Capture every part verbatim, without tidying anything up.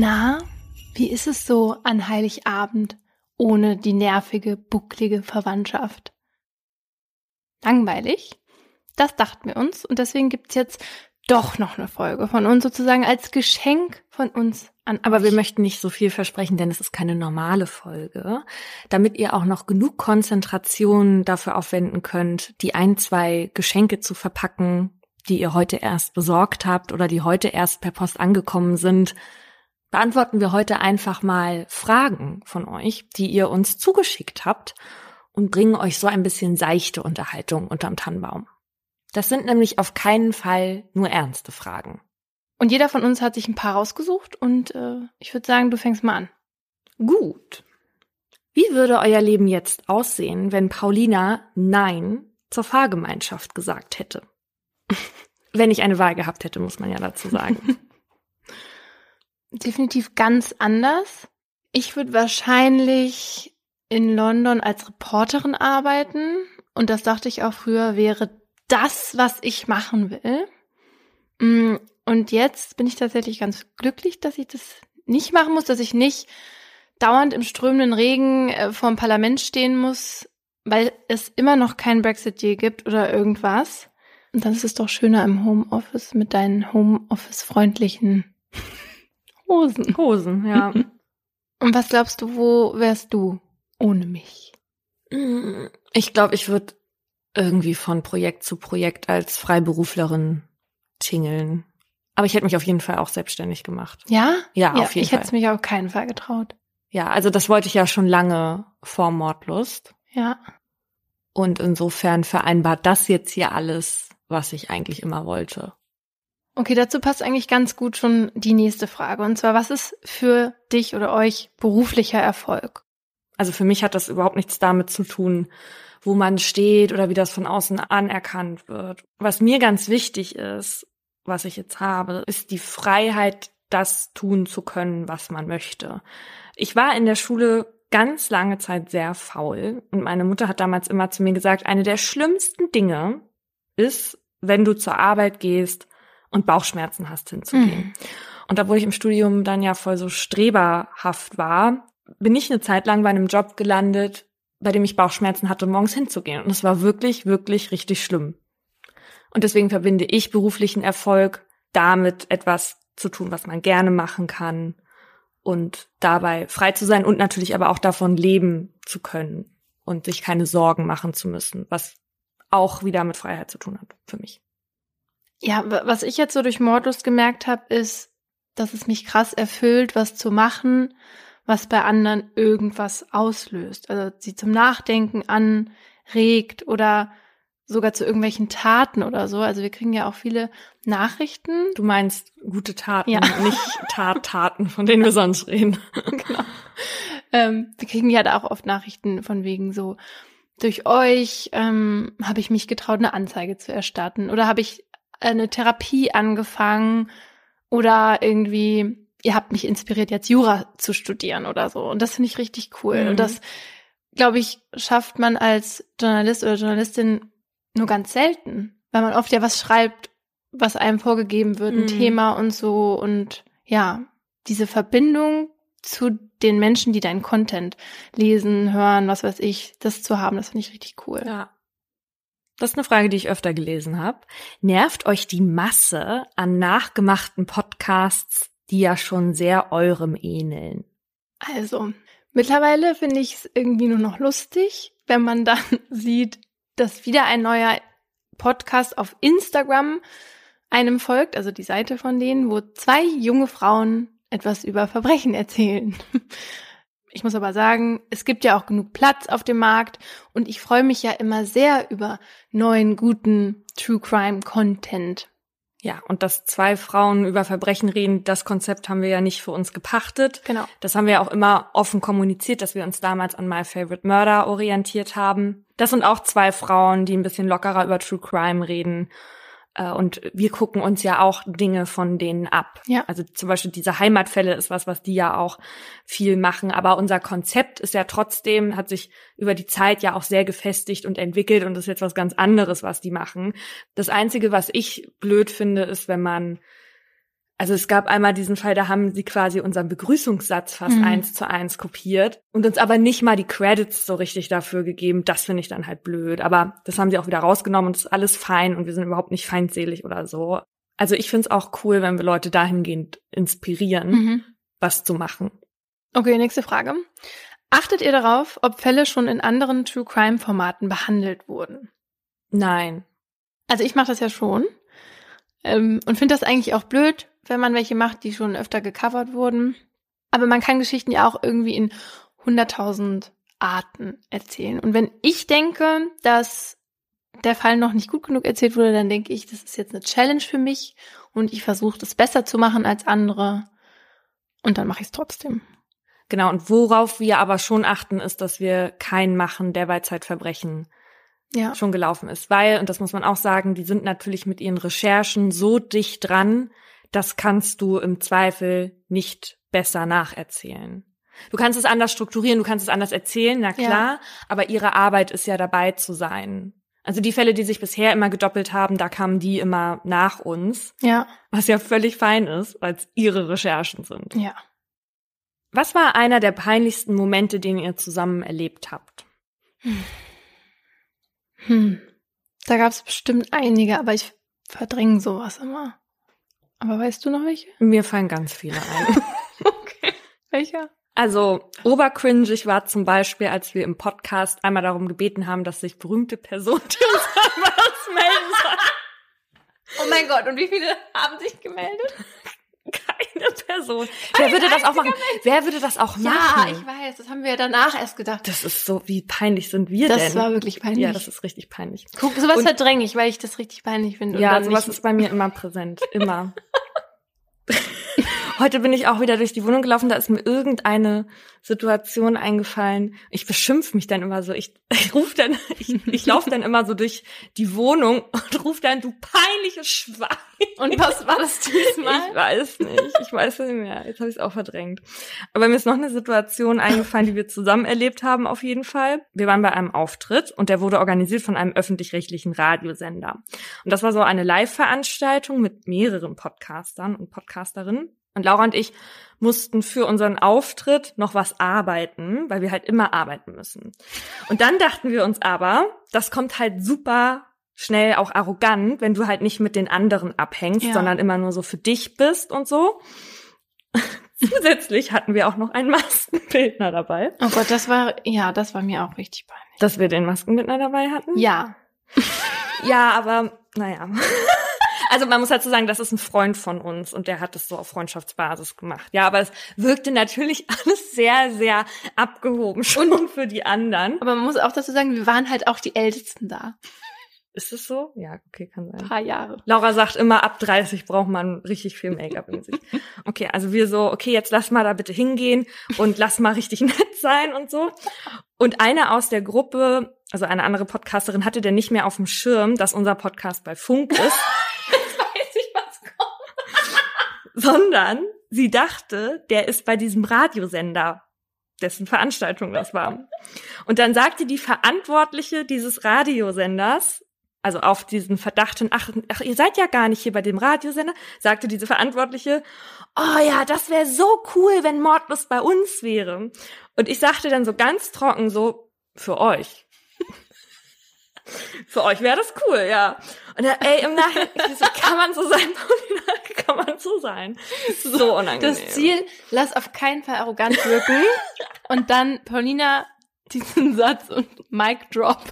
Na, wie ist es so an Heiligabend ohne die nervige, bucklige Verwandtschaft? Langweilig? Das dachten wir uns und deswegen gibt's jetzt doch noch eine Folge von uns sozusagen als Geschenk von uns an euch. Aber wir möchten nicht so viel versprechen, denn es ist keine normale Folge, damit ihr auch noch genug Konzentration dafür aufwenden könnt, die ein, zwei Geschenke zu verpacken, die ihr heute erst besorgt habt oder die heute erst per Post angekommen sind. Beantworten wir heute einfach mal Fragen von euch, die ihr uns zugeschickt habt und bringen euch so ein bisschen seichte Unterhaltung unterm Tannenbaum. Das sind nämlich auf keinen Fall nur ernste Fragen. Und jeder von uns hat sich ein paar rausgesucht und äh, ich würde sagen, du fängst mal an. Gut. Wie würde euer Leben jetzt aussehen, wenn Paulina Nein zur Fahrgemeinschaft gesagt hätte? Wenn ich eine Wahl gehabt hätte, muss man ja dazu sagen. Definitiv ganz anders. Ich würde wahrscheinlich in London als Reporterin arbeiten und das dachte ich auch früher, wäre das, was ich machen will. Und jetzt bin ich tatsächlich ganz glücklich, dass ich das nicht machen muss, dass ich nicht dauernd im strömenden Regen vor dem Parlament stehen muss, weil es immer noch keinen Brexit-Deal gibt oder irgendwas. Und dann ist es doch schöner im Homeoffice mit deinen Homeoffice-freundlichen Hosen. Hosen, ja. Und was glaubst du, wo wärst du ohne mich? Ich glaube, ich würde irgendwie von Projekt zu Projekt als Freiberuflerin tingeln. Aber ich hätte mich auf jeden Fall auch selbstständig gemacht. Ja? Ja, ja auf jeden ich Fall. hätte es mich auf keinen Fall getraut. Ja, also das wollte ich ja schon lange vor Mordlust. Ja. Und insofern vereinbart das jetzt hier alles, was ich eigentlich immer wollte. Okay, dazu passt eigentlich ganz gut schon die nächste Frage. Und zwar, was ist für dich oder euch beruflicher Erfolg? Also für mich hat das überhaupt nichts damit zu tun, wo man steht oder wie das von außen anerkannt wird. Was mir ganz wichtig ist, was ich jetzt habe, ist die Freiheit, das tun zu können, was man möchte. Ich war in der Schule ganz lange Zeit sehr faul und meine Mutter hat damals immer zu mir gesagt, eine der schlimmsten Dinge ist, wenn du zur Arbeit gehst und Bauchschmerzen hast, hinzugehen. Mhm. Und obwohl ich im Studium dann ja voll so streberhaft war, bin ich eine Zeit lang bei einem Job gelandet, bei dem ich Bauchschmerzen hatte, morgens hinzugehen. Und es war wirklich, wirklich richtig schlimm. Und deswegen verbinde ich beruflichen Erfolg damit, etwas zu tun, was man gerne machen kann und dabei frei zu sein und natürlich aber auch davon leben zu können und sich keine Sorgen machen zu müssen, was auch wieder mit Freiheit zu tun hat für mich. Ja, was ich jetzt so durch Mordlust gemerkt habe, ist, dass es mich krass erfüllt, was zu machen, was bei anderen irgendwas auslöst. Also sie zum Nachdenken anregt oder sogar zu irgendwelchen Taten oder so. Also wir kriegen ja auch viele Nachrichten. Du meinst gute Taten, ja. Nicht Tat-Taten, von denen wir sonst reden. Genau. Ähm, wir kriegen ja da auch oft Nachrichten von wegen so, durch euch ähm, habe ich mich getraut, eine Anzeige zu erstatten oder habe ich eine Therapie angefangen oder irgendwie, ihr habt mich inspiriert, jetzt Jura zu studieren oder so. Und das finde ich richtig cool. Mhm. Und das, glaube ich, schafft man als Journalist oder Journalistin nur ganz selten, weil man oft ja was schreibt, was einem vorgegeben wird, ein mhm. Thema und so. Und ja, diese Verbindung zu den Menschen, die deinen Content lesen, hören, was weiß ich, das zu haben, das finde ich richtig cool. Ja. Das ist eine Frage, die ich öfter gelesen habe. Nervt euch die Masse an nachgemachten Podcasts, die ja schon sehr eurem ähneln? Also, mittlerweile finde ich es irgendwie nur noch lustig, wenn man dann sieht, dass wieder ein neuer Podcast auf Instagram einem folgt, also die Seite von denen, wo zwei junge Frauen etwas über Verbrechen erzählen. Ich muss aber sagen, es gibt ja auch genug Platz auf dem Markt und ich freue mich ja immer sehr über neuen, guten True-Crime-Content. Ja, und dass zwei Frauen über Verbrechen reden, das Konzept haben wir ja nicht für uns gepachtet. Genau. Das haben wir ja auch immer offen kommuniziert, dass wir uns damals an My Favorite Murder orientiert haben. Das sind auch zwei Frauen, die ein bisschen lockerer über True Crime reden. Und wir gucken uns ja auch Dinge von denen ab. Ja. Also zum Beispiel diese Heimatfälle ist was, was die ja auch viel machen. Aber unser Konzept ist ja trotzdem, hat sich über die Zeit ja auch sehr gefestigt und entwickelt und ist jetzt was ganz anderes, was die machen. Das Einzige, was ich blöd finde, ist, wenn man Also es gab einmal diesen Fall, da haben sie quasi unseren Begrüßungssatz fast mhm. eins zu eins kopiert und uns aber nicht mal die Credits so richtig dafür gegeben. Das finde ich dann halt blöd. Aber das haben sie auch wieder rausgenommen und es ist alles fein und wir sind überhaupt nicht feindselig oder so. Also ich finde es auch cool, wenn wir Leute dahingehend inspirieren, mhm. was zu machen. Okay, nächste Frage. Achtet ihr darauf, ob Fälle schon in anderen True-Crime-Formaten behandelt wurden? Nein. Also ich mache das ja schon ähm, und finde das eigentlich auch blöd, wenn man welche macht, die schon öfter gecovert wurden. Aber man kann Geschichten ja auch irgendwie in hunderttausend Arten erzählen. Und wenn ich denke, dass der Fall noch nicht gut genug erzählt wurde, dann denke ich, das ist jetzt eine Challenge für mich und ich versuche, das besser zu machen als andere. Und dann mache ich es trotzdem. Genau, und worauf wir aber schon achten, ist, dass wir keinen machen, der bei Zeitverbrechen ja. schon gelaufen ist. Weil, und das muss man auch sagen, die sind natürlich mit ihren Recherchen so dicht dran, das kannst du im Zweifel nicht besser nacherzählen. Du kannst es anders strukturieren, du kannst es anders erzählen, na klar, ja. aber ihre Arbeit ist ja dabei zu sein. Also die Fälle, die sich bisher immer gedoppelt haben, da kamen die immer nach uns. Ja. Was ja völlig fein ist, weil es ihre Recherchen sind. Ja. Was war einer der peinlichsten Momente, den ihr zusammen erlebt habt? Hm. Hm. Da gab es bestimmt einige, aber ich verdränge sowas immer. Aber weißt du noch welche? Mir fallen ganz viele ein. Okay. Welcher? Also obercringig war zum Beispiel, als wir im Podcast einmal darum gebeten haben, dass sich berühmte Personen die uns einmal melden sollen. Oh mein Gott, und wie viele haben sich gemeldet? Keine Person. Keine Wer würde das auch machen? Mensch. Wer würde das auch machen? Ja, ich weiß, das haben wir ja danach erst gedacht. Das ist so, wie peinlich sind wir das denn? Das war wirklich peinlich. Ja, das ist richtig peinlich. Guck, sowas und, verdränge ich, weil ich das richtig peinlich finde. Ja, und sowas ist bei mir immer präsent. Immer. Heute bin ich auch wieder durch die Wohnung gelaufen, da ist mir irgendeine Situation eingefallen. Ich beschimpfe mich dann immer so. Ich, ich rufe dann, ich, ich laufe dann immer so durch die Wohnung und rufe dann, du peinliches Schwein. Und was war das diesmal? Ich weiß nicht. Ich weiß nicht mehr. Jetzt habe ich es auch verdrängt. Aber mir ist noch eine Situation eingefallen, die wir zusammen erlebt haben auf jeden Fall. Wir waren bei einem Auftritt und der wurde organisiert von einem öffentlich-rechtlichen Radiosender. Und das war so eine Live-Veranstaltung mit mehreren Podcastern und Podcasterinnen. Und Laura und ich mussten für unseren Auftritt noch was arbeiten, weil wir halt immer arbeiten müssen. Und dann dachten wir uns aber, das kommt halt super schnell auch arrogant, wenn du halt nicht mit den anderen abhängst, ja. sondern immer nur so für dich bist und so. Zusätzlich hatten wir auch noch einen Maskenbildner dabei. Oh Gott, das war, ja, das war mir auch richtig peinlich. Dass wir den Maskenbildner dabei hatten? Ja. Ja, aber, naja. Also man muss dazu sagen, das ist ein Freund von uns und der hat es so auf Freundschaftsbasis gemacht. Ja, aber es wirkte natürlich alles sehr, sehr abgehoben schon und für die anderen. Aber man muss auch dazu sagen, wir waren halt auch die Ältesten da. Ist es so? Ja, okay, kann sein. Ein paar Jahre. Laura sagt immer, ab dreißig braucht man richtig viel Make-up in sich. Okay, also wir so, okay, jetzt lass mal da bitte hingehen und lass mal richtig nett sein und so. Und eine aus der Gruppe, also eine andere Podcasterin, hatte denn nicht mehr auf dem Schirm, dass unser Podcast bei Funk ist. Sondern sie dachte, der ist bei diesem Radiosender, dessen Veranstaltung das war. Und dann sagte die Verantwortliche dieses Radiosenders, also auf diesen Verdacht hin, ach, ach, ihr seid ja gar nicht hier bei dem Radiosender, sagte diese Verantwortliche, oh ja, das wäre so cool, wenn Mordlust bei uns wäre. Und ich sagte dann so ganz trocken so, für euch. Für euch wäre das cool, ja. Und dann, ey, im Nachhinein, ich so, kann man so sein, Paulina? Kann man so sein? So unangenehm. Das Ziel, lass auf keinen Fall arrogant wirken. Und dann, Paulina, diesen Satz und Mic Drop.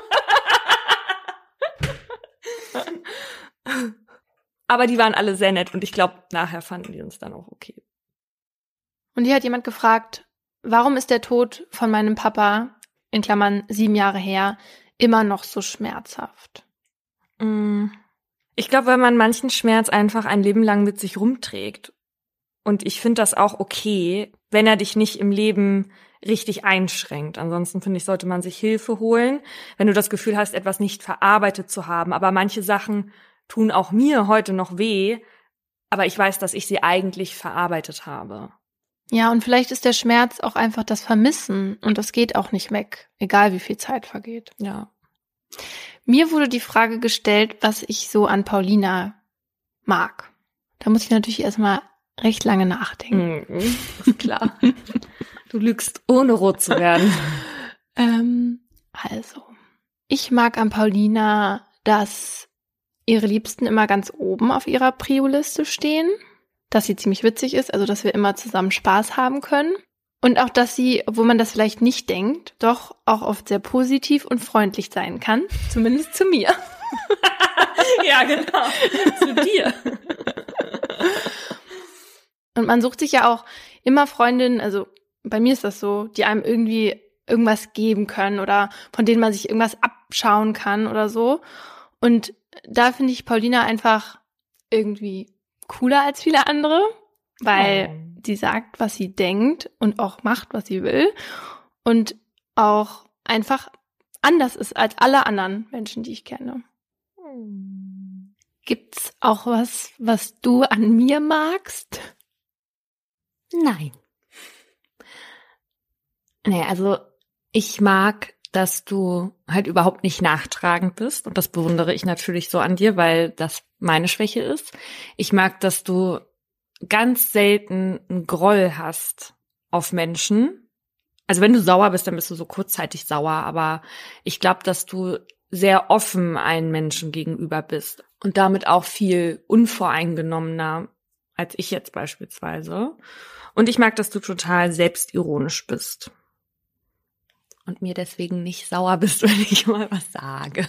Aber die waren alle sehr nett und ich glaube, nachher fanden die uns dann auch okay. Und hier hat jemand gefragt, warum ist der Tod von meinem Papa, in Klammern sieben Jahre her, immer noch so schmerzhaft? Ich glaube, weil man manchen Schmerz einfach ein Leben lang mit sich rumträgt. Und ich finde das auch okay, wenn er dich nicht im Leben richtig einschränkt. Ansonsten finde ich, sollte man sich Hilfe holen, wenn du das Gefühl hast, etwas nicht verarbeitet zu haben. Aber manche Sachen tun auch mir heute noch weh, aber ich weiß, dass ich sie eigentlich verarbeitet habe. Ja, und vielleicht ist der Schmerz auch einfach das Vermissen und das geht auch nicht weg, egal wie viel Zeit vergeht. Ja. Mir Mir wurde die Frage gestellt, was ich so an Paulina mag. Da muss ich natürlich erstmal recht lange nachdenken. Mhm, ist klar. Du lügst, ohne rot zu werden. ähm, also, ich mag an Paulina, dass ihre Liebsten immer ganz oben auf ihrer Prio-Liste stehen, dass sie ziemlich witzig ist, also dass wir immer zusammen Spaß haben können. Und auch, dass sie, obwohl man das vielleicht nicht denkt, doch auch oft sehr positiv und freundlich sein kann. Zumindest zu mir. Ja, genau. Zu dir. Und man sucht sich ja auch immer Freundinnen, also bei mir ist das so, die einem irgendwie irgendwas geben können oder von denen man sich irgendwas abschauen kann oder so. Und da finde ich Paulina einfach irgendwie cooler als viele andere, weil oh. sie sagt, was sie denkt und auch macht, was sie will und auch einfach anders ist als alle anderen Menschen, die ich kenne. Hm. Gibt's auch was, was du an mir magst? Nein. Nee, also ich mag, dass du halt überhaupt nicht nachtragend bist und das bewundere ich natürlich so an dir, weil das meine Schwäche ist. Ich mag, dass du ganz selten einen Groll hast auf Menschen. Also wenn du sauer bist, dann bist du so kurzzeitig sauer, aber ich glaube, dass du sehr offen einen Menschen gegenüber bist und damit auch viel unvoreingenommener als ich jetzt beispielsweise. Und ich mag, dass du total selbstironisch bist. Und mir deswegen nicht sauer bist, wenn ich mal was sage.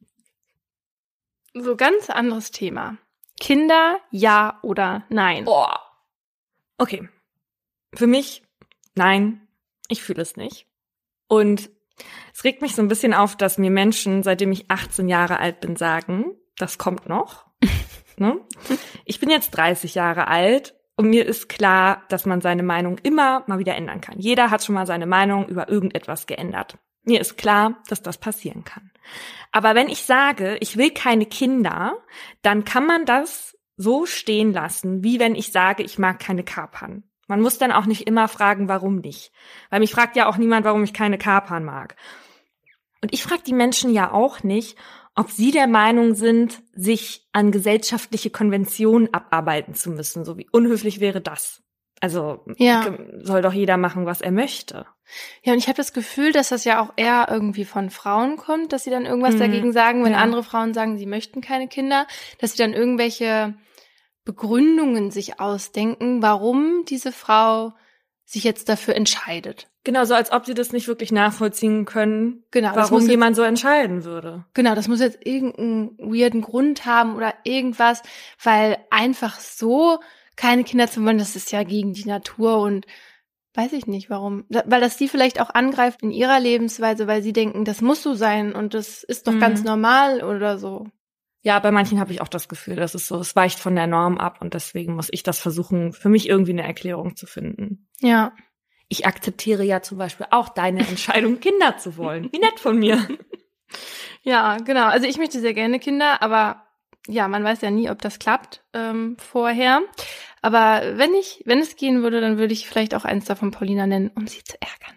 So ganz anderes Thema. Kinder, ja oder nein? Boah. Okay. Für mich, nein. Ich fühle es nicht. Und es regt mich so ein bisschen auf, dass mir Menschen, seitdem ich achtzehn Jahre alt bin, sagen, das kommt noch. Ne? Ich bin jetzt dreißig Jahre alt. Und mir ist klar, dass man seine Meinung immer mal wieder ändern kann. Jeder hat schon mal seine Meinung über irgendetwas geändert. Mir ist klar, dass das passieren kann. Aber wenn ich sage, ich will keine Kinder, dann kann man das so stehen lassen, wie wenn ich sage, ich mag keine Kapern. Man muss dann auch nicht immer fragen, warum nicht. Weil mich fragt ja auch niemand, warum ich keine Kapern mag. Und ich frage die Menschen ja auch nicht, ob sie der Meinung sind, sich an gesellschaftliche Konventionen abarbeiten zu müssen. So wie unhöflich wäre das. Also ja. Soll doch jeder machen, was er möchte. Ja, und ich habe das Gefühl, dass das ja auch eher irgendwie von Frauen kommt, dass sie dann irgendwas mhm. dagegen sagen, wenn ja. andere Frauen sagen, sie möchten keine Kinder, dass sie dann irgendwelche Begründungen sich ausdenken, warum diese Frau sich jetzt dafür entscheidet. Genau, so als ob sie das nicht wirklich nachvollziehen können, genau, warum jemand so entscheiden würde. Genau, das muss jetzt irgendeinen weirden Grund haben oder irgendwas, weil einfach so keine Kinder zu wollen, das ist ja gegen die Natur und weiß ich nicht warum. Weil das sie vielleicht auch angreift in ihrer Lebensweise, weil sie denken, das muss so sein und das ist doch mhm. ganz normal oder so. Ja, bei manchen habe ich auch das Gefühl, das ist so, es weicht von der Norm ab und deswegen muss ich das versuchen, für mich irgendwie eine Erklärung zu finden. Ja. Ich akzeptiere ja zum Beispiel auch deine Entscheidung, Kinder zu wollen. Wie nett von mir. Ja, genau. Also ich möchte sehr gerne Kinder, aber ja, man weiß ja nie, ob das klappt ähm, vorher. Aber wenn ich, wenn es gehen würde, dann würde ich vielleicht auch eins davon Paulina nennen, um sie zu ärgern.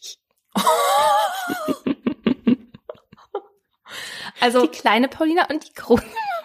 Also die kleine Paulina und die große.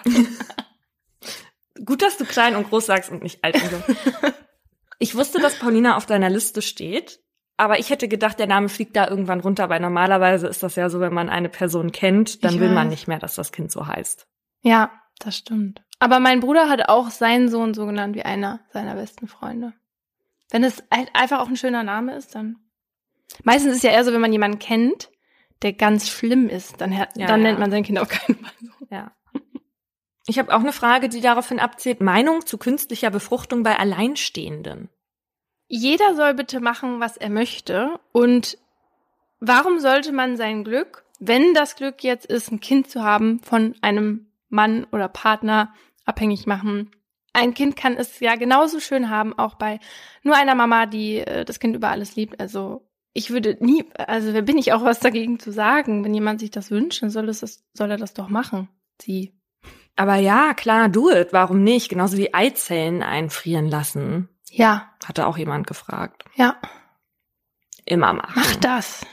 Gut, dass du klein und groß sagst und nicht alt und so. Ich wusste, dass Paulina auf deiner Liste steht, aber ich hätte gedacht, der Name fliegt da irgendwann runter, weil normalerweise ist das ja so, wenn man eine Person kennt, dann ich will weiß. man nicht mehr, dass das Kind so heißt. Ja, das stimmt. Aber mein Bruder hat auch seinen Sohn so genannt wie einer seiner besten Freunde. Wenn es halt einfach auch ein schöner Name ist, dann. Meistens ist es ja eher so, wenn man jemanden kennt, der ganz schlimm ist, dann, ja, dann ja. nennt man sein Kind auf keinen Fall so. Ja. Ich habe auch eine Frage, die daraufhin abzielt. Meinung zu künstlicher Befruchtung bei Alleinstehenden. Jeder soll bitte machen, was er möchte. Und warum sollte man sein Glück, wenn das Glück jetzt ist, ein Kind zu haben, von einem Mann oder Partner abhängig machen? Ein Kind kann es ja genauso schön haben, auch bei nur einer Mama, die äh, das Kind über alles liebt. Also ich würde nie, also wer bin ich auch, was dagegen zu sagen? Wenn jemand sich das wünscht, dann soll, es das, soll er das doch machen. Sie. Aber ja, klar, do it. Warum nicht? Genauso wie Eizellen einfrieren lassen. Ja. Hatte auch jemand gefragt. Ja. Immer machen. Mach das.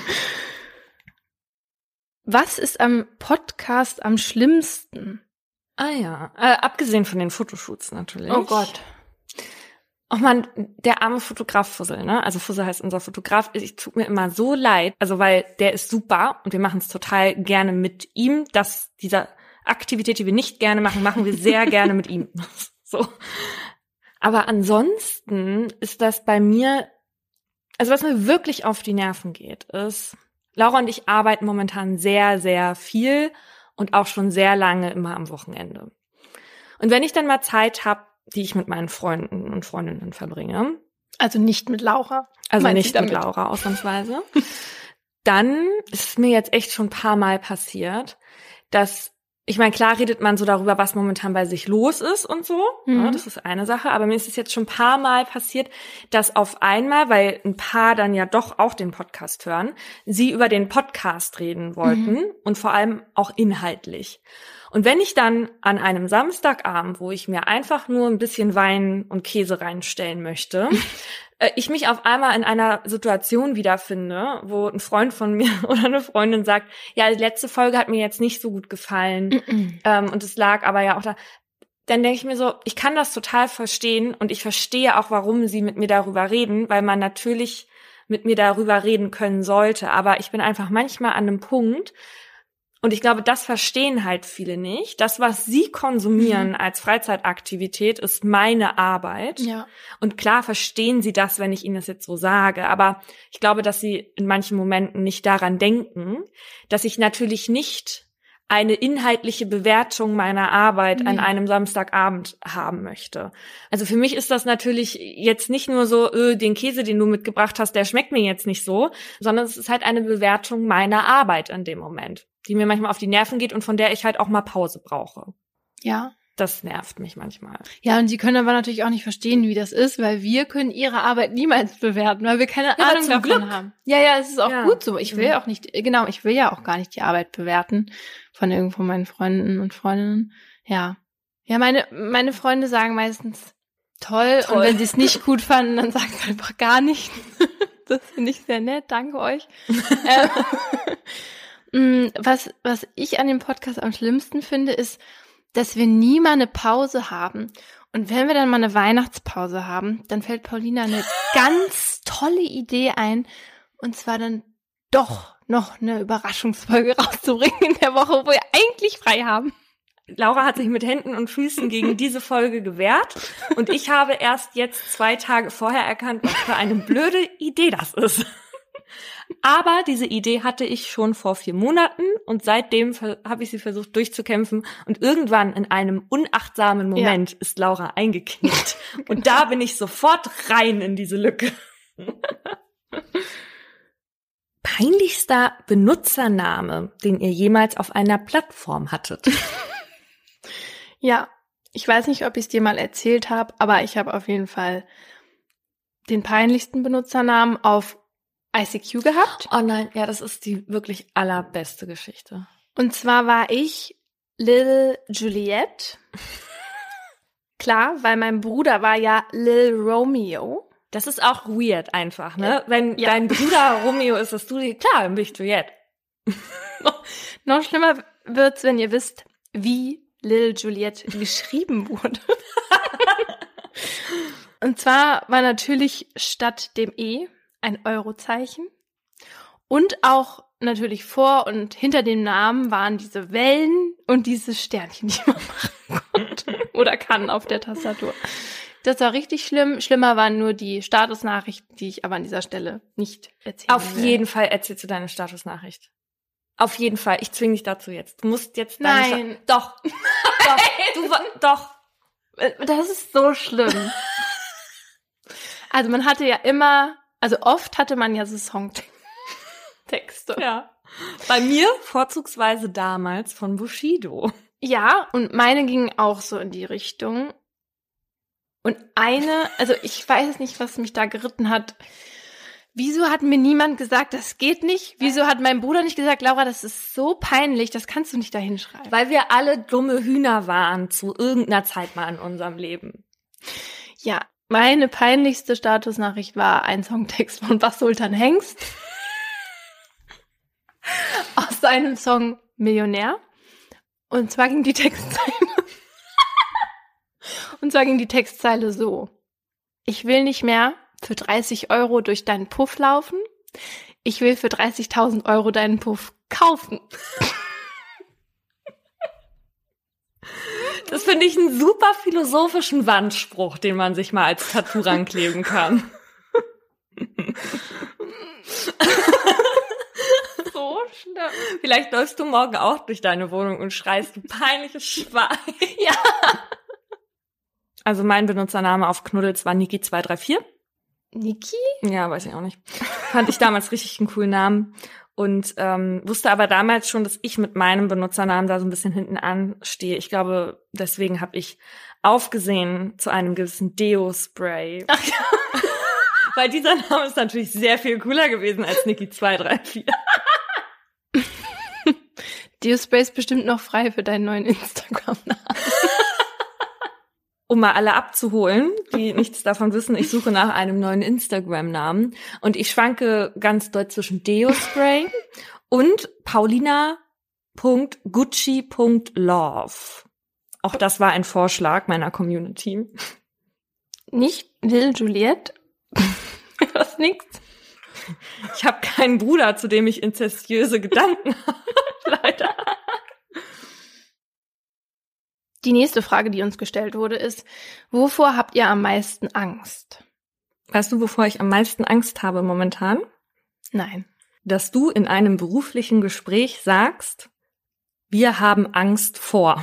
Was ist am Podcast am schlimmsten? Ah ja, äh, abgesehen von den Fotoshoots natürlich. Oh Gott. Oh man, der arme Fotograf Fussel, ne? Also Fussel heißt unser Fotograf. Ich tut mir immer so leid, also weil der ist super und wir machen es total gerne mit ihm. Das, dieser Aktivität, die wir nicht gerne machen, machen wir sehr gerne mit ihm. So. Aber ansonsten ist das bei mir, also was mir wirklich auf die Nerven geht, ist, Laura und ich arbeiten momentan sehr, sehr viel und auch schon sehr lange immer am Wochenende. Und wenn ich dann mal Zeit habe, die ich mit meinen Freunden und Freundinnen verbringe. Also nicht mit Laura. Also nicht mit Laura, ausnahmsweise. Dann ist mir jetzt echt schon ein paar Mal passiert, dass, ich meine, klar redet man so darüber, was momentan bei sich los ist und so. Mhm. Ja, das ist eine Sache. Aber mir ist es jetzt schon ein paar Mal passiert, dass auf einmal, weil ein paar dann ja doch auch den Podcast hören, sie über den Podcast reden wollten mhm. und vor allem auch inhaltlich. Und wenn ich dann an einem Samstagabend, wo ich mir einfach nur ein bisschen Wein und Käse reinstellen möchte, äh, ich mich auf einmal in einer Situation wiederfinde, wo ein Freund von mir oder eine Freundin sagt, ja, die letzte Folge hat mir jetzt nicht so gut gefallen ähm, und es lag aber ja auch da, dann denke ich mir so, ich kann das total verstehen und ich verstehe auch, warum sie mit mir darüber reden, weil man natürlich mit mir darüber reden können sollte, aber ich bin einfach manchmal an einem Punkt, und ich glaube, das verstehen halt viele nicht. Das, was sie konsumieren mhm. als Freizeitaktivität, ist meine Arbeit. Ja. Und klar verstehen sie das, wenn ich ihnen das jetzt so sage. Aber ich glaube, dass sie in manchen Momenten nicht daran denken, dass ich natürlich nicht eine inhaltliche Bewertung meiner Arbeit nee. an einem Samstagabend haben möchte. Also für mich ist das natürlich jetzt nicht nur so, öh, den Käse, den du mitgebracht hast, der schmeckt mir jetzt nicht so, sondern es ist halt eine Bewertung meiner Arbeit in dem Moment, die mir manchmal auf die Nerven geht und von der ich halt auch mal Pause brauche. Ja. Das nervt mich manchmal. Ja, und sie können aber natürlich auch nicht verstehen, wie das ist, weil wir können ihre Arbeit niemals bewerten, weil wir keine ja, Ahnung davon Glück. haben. Ja, ja, es ist auch ja. gut so. Ich will auch nicht, genau, ich will ja auch gar nicht die Arbeit bewerten von irgendwo meinen Freunden und Freundinnen. Ja. Ja, meine, meine Freunde sagen meistens toll, toll. Und wenn sie es nicht gut fanden, dann sagen sie einfach gar nichts. Das finde ich sehr nett, danke euch. ähm, was, was ich an dem Podcast am schlimmsten finde, ist, dass wir nie mal eine Pause haben. Und wenn wir dann mal eine Weihnachtspause haben, dann fällt Paulina eine ganz tolle Idee ein. Und zwar dann doch noch eine Überraschungsfolge rauszubringen in der Woche, wo wir eigentlich frei haben. Laura hat sich mit Händen und Füßen gegen diese Folge gewehrt. Und ich habe erst jetzt zwei Tage vorher erkannt, was für eine blöde Idee das ist. Aber diese Idee hatte ich schon vor vier Monaten und seitdem habe ich sie versucht durchzukämpfen und irgendwann in einem unachtsamen Moment ja. ist Laura eingeknickt und da bin ich sofort rein in diese Lücke. Peinlichster Benutzername, den ihr jemals auf einer Plattform hattet? Ja, ich weiß nicht, ob ich es dir mal erzählt habe, aber ich habe auf jeden Fall den peinlichsten Benutzernamen auf I C Q gehabt. Oh nein, ja, das ist die wirklich allerbeste Geschichte. Und zwar war ich Lil Juliet. Klar, weil mein Bruder war ja Lil Romeo. Das ist auch weird einfach, ne? Wenn ja. dein Bruder Romeo ist, dass du die, klar, dann bin ich Juliet. Noch schlimmer wird's, wenn ihr wisst, wie Lil Juliet geschrieben wurde. Und zwar war natürlich statt dem E ein Eurozeichen und auch natürlich vor und hinter dem Namen waren diese Wellen und diese Sternchen, die man machen konnte oder kann auf der Tastatur. Das war richtig schlimm. Schlimmer waren nur die Statusnachrichten, die ich aber an dieser Stelle nicht erzählen Auf will. jeden Fall erzählst du deine Statusnachricht. Auf jeden Fall. Ich zwinge dich dazu jetzt. Du musst jetzt deine Nein. Sta- Doch. Doch. Du, doch. Das ist so schlimm. Also man hatte ja immer, also oft hatte man ja so Songtexte. Ja. Bei mir vorzugsweise damals von Bushido. Ja, und meine gingen auch so in die Richtung. Und eine, also ich weiß nicht, was mich da geritten hat. Wieso hat mir niemand gesagt, das geht nicht? Wieso hat mein Bruder nicht gesagt, Laura, das ist so peinlich, das kannst du nicht da hinschreiben? Weil wir alle dumme Hühner waren zu irgendeiner Zeit mal in unserem Leben. Ja, meine peinlichste Statusnachricht war ein Songtext von Bas Sultan Hengst aus seinem Song Millionär. Und zwar ging die Textzeile: Und zwar ging die Textzeile so. Ich will nicht mehr für dreißig Euro durch deinen Puff laufen. Ich will für dreißigtausend Euro deinen Puff kaufen. Das finde ich einen super philosophischen Wandspruch, den man sich mal als Tattoo rankleben kann. So schlimm. Vielleicht läufst du morgen auch durch deine Wohnung und schreist, du peinliches Schwein. Ja. Also mein Benutzername auf Knuddels war Niki zwei drei vier. Niki? Ja, weiß ich auch nicht. Fand ich damals richtig einen coolen Namen. Und ähm, wusste aber damals schon, dass ich mit meinem Benutzernamen da so ein bisschen hinten anstehe. Ich glaube, deswegen habe ich aufgesehen zu einem gewissen Deo-Spray. Ach ja. Weil dieser Name ist natürlich sehr viel cooler gewesen als Niki zwei drei vier. Deo-Spray ist bestimmt noch frei für deinen neuen Instagram-Namen. Um mal alle abzuholen, die nichts davon wissen, ich suche nach einem neuen Instagram-Namen. Und ich schwanke ganz doll zwischen Deo-Spray und paulina Punkt gucci Punkt love. Auch das war ein Vorschlag meiner Community. Nicht Lil Juliette? Was nix? Ich habe keinen Bruder, zu dem ich inzestiöse Gedanken habe, leider. Die nächste Frage, die uns gestellt wurde, ist, wovor habt ihr am meisten Angst? Weißt du, wovor ich am meisten Angst habe momentan? Nein. Dass du in einem beruflichen Gespräch sagst, wir haben Angst vor.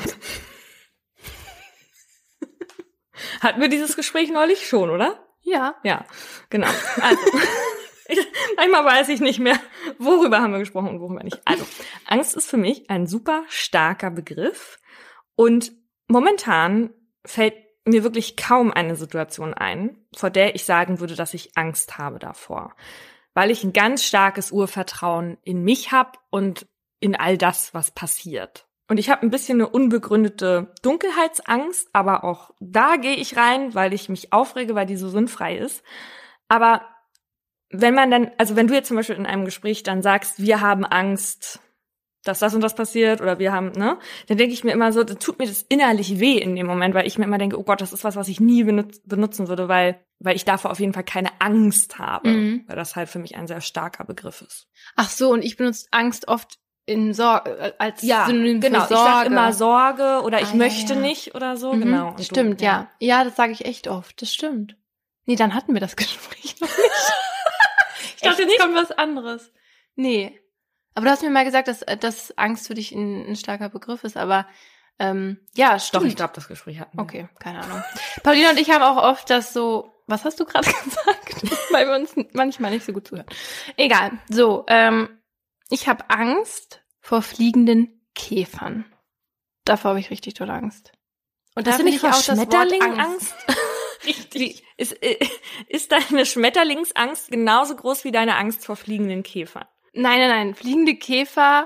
Hatten wir dieses Gespräch neulich schon, oder? Ja. Ja, genau. Also, ich, manchmal weiß ich nicht mehr, worüber haben wir gesprochen und worüber nicht. Also, Angst ist für mich ein super starker Begriff und momentan fällt mir wirklich kaum eine Situation ein, vor der ich sagen würde, dass ich Angst habe davor. Weil ich ein ganz starkes Urvertrauen in mich habe und in all das, was passiert. Und ich habe ein bisschen eine unbegründete Dunkelheitsangst, aber auch da gehe ich rein, weil ich mich aufrege, weil die so sinnfrei ist. Aber wenn man dann, also wenn du jetzt zum Beispiel in einem Gespräch dann sagst, wir haben Angst, dass das und das passiert oder wir haben, ne, dann denke ich mir immer so, da tut mir das innerlich weh in dem Moment, weil ich mir immer denke, oh Gott, das ist was, was ich nie benutz- benutzen würde, weil weil ich davor auf jeden Fall keine Angst habe, mhm. weil das halt für mich ein sehr starker Begriff ist. Ach so, und ich benutze Angst oft in Sorge, als ja, Synonym genau. für Sorge. Ich sage immer Sorge oder ich ah, möchte ja, ja. nicht oder so, mhm. genau. Und stimmt, du, ja. ja. Ja, das sage ich echt oft, das stimmt. Nee, dann hatten wir das Gespräch noch nicht. Ich dachte, jetzt kommt was anderes. Nee. Aber du hast mir mal gesagt, dass, dass Angst für dich ein, ein starker Begriff ist, aber ähm, ja, stimmt. Doch, ich glaube, das Gespräch hatten wir. Okay, keine Ahnung. Paulina und ich haben auch oft das so, was hast du gerade gesagt? Weil wir uns manchmal nicht so gut zuhören. Egal, so, ähm, ich habe Angst vor fliegenden Käfern. Davor habe ich richtig toll Angst. Und hast da du nicht vor Schmetterlingen Angst? Richtig. Ist, ist deine Schmetterlingsangst genauso groß wie deine Angst vor fliegenden Käfern? Nein, nein, nein. Fliegende Käfer.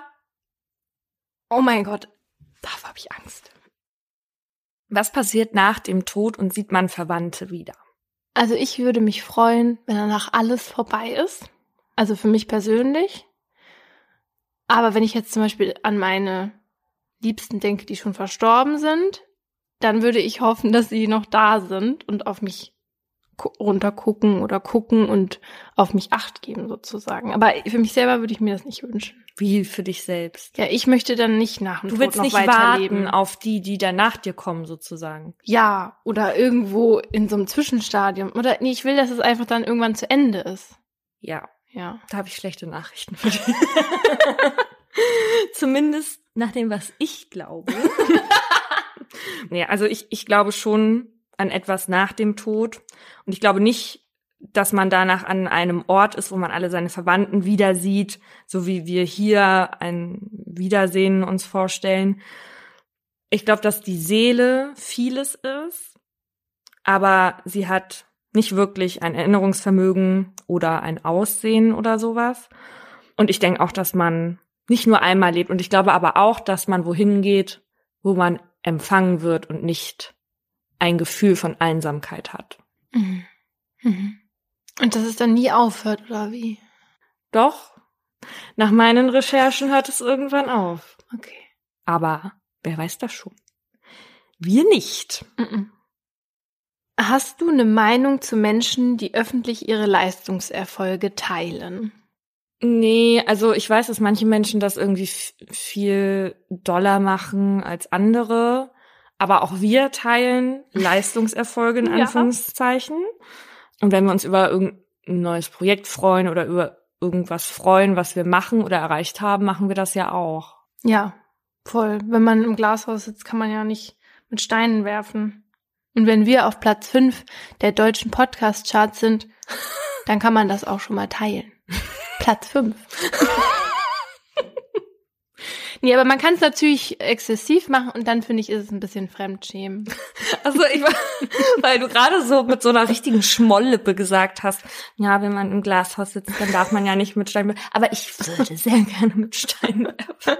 Oh mein Gott. Davor habe ich Angst. Was passiert nach dem Tod und sieht man Verwandte wieder? Also ich würde mich freuen, wenn danach alles vorbei ist. Also für mich persönlich. Aber wenn ich jetzt zum Beispiel an meine Liebsten denke, die schon verstorben sind, dann würde ich hoffen, dass sie noch da sind und auf mich runtergucken oder gucken und auf mich Acht geben sozusagen. Aber für mich selber würde ich mir das nicht wünschen. Wie für dich selbst? Ja, ich möchte dann nicht nach dem du Tod noch nicht weiterleben. Warten auf die, die dann nach dir kommen sozusagen. Ja, oder irgendwo in so einem Zwischenstadium. Oder nee, ich will, dass es einfach dann irgendwann zu Ende ist. Ja. Ja. Da habe ich schlechte Nachrichten für dich. Zumindest nach dem, was ich glaube. Nee, also ich, ich glaube schon an etwas nach dem Tod. Und ich glaube nicht, dass man danach an einem Ort ist, wo man alle seine Verwandten wieder sieht, so wie wir hier ein Wiedersehen uns vorstellen. Ich glaube, dass die Seele vieles ist, aber sie hat nicht wirklich ein Erinnerungsvermögen oder ein Aussehen oder sowas. Und ich denke auch, dass man nicht nur einmal lebt. Und ich glaube aber auch, dass man wohin geht, wo man empfangen wird und nicht ein Gefühl von Einsamkeit hat. Mhm. Mhm. Und dass es dann nie aufhört, oder wie? Doch, nach meinen Recherchen hört es irgendwann auf. Okay. Aber wer weiß das schon? Wir nicht. Mhm. Hast du eine Meinung zu Menschen, die öffentlich ihre Leistungserfolge teilen? Nee, also ich weiß, dass manche Menschen das irgendwie f- viel doller machen als andere. Aber auch wir teilen Leistungserfolge in Ja. Anführungszeichen. Und wenn wir uns über irgendein neues Projekt freuen oder über irgendwas freuen, was wir machen oder erreicht haben, machen wir das ja auch. Ja, voll. Wenn man im Glashaus sitzt, kann man ja nicht mit Steinen werfen. Und wenn wir auf Platz fünf der deutschen Podcast-Charts sind, dann kann man das auch schon mal teilen. Platz fünf. Nee, aber man kann es natürlich exzessiv machen und dann finde ich, ist es ein bisschen Fremdschämen. Also ich war, weil du gerade so mit so einer richtigen Schmolllippe gesagt hast, ja, wenn man im Glashaus sitzt, dann darf man ja nicht mit Steinen werfen. Aber ich würde sehr gerne mit Steinen werfen.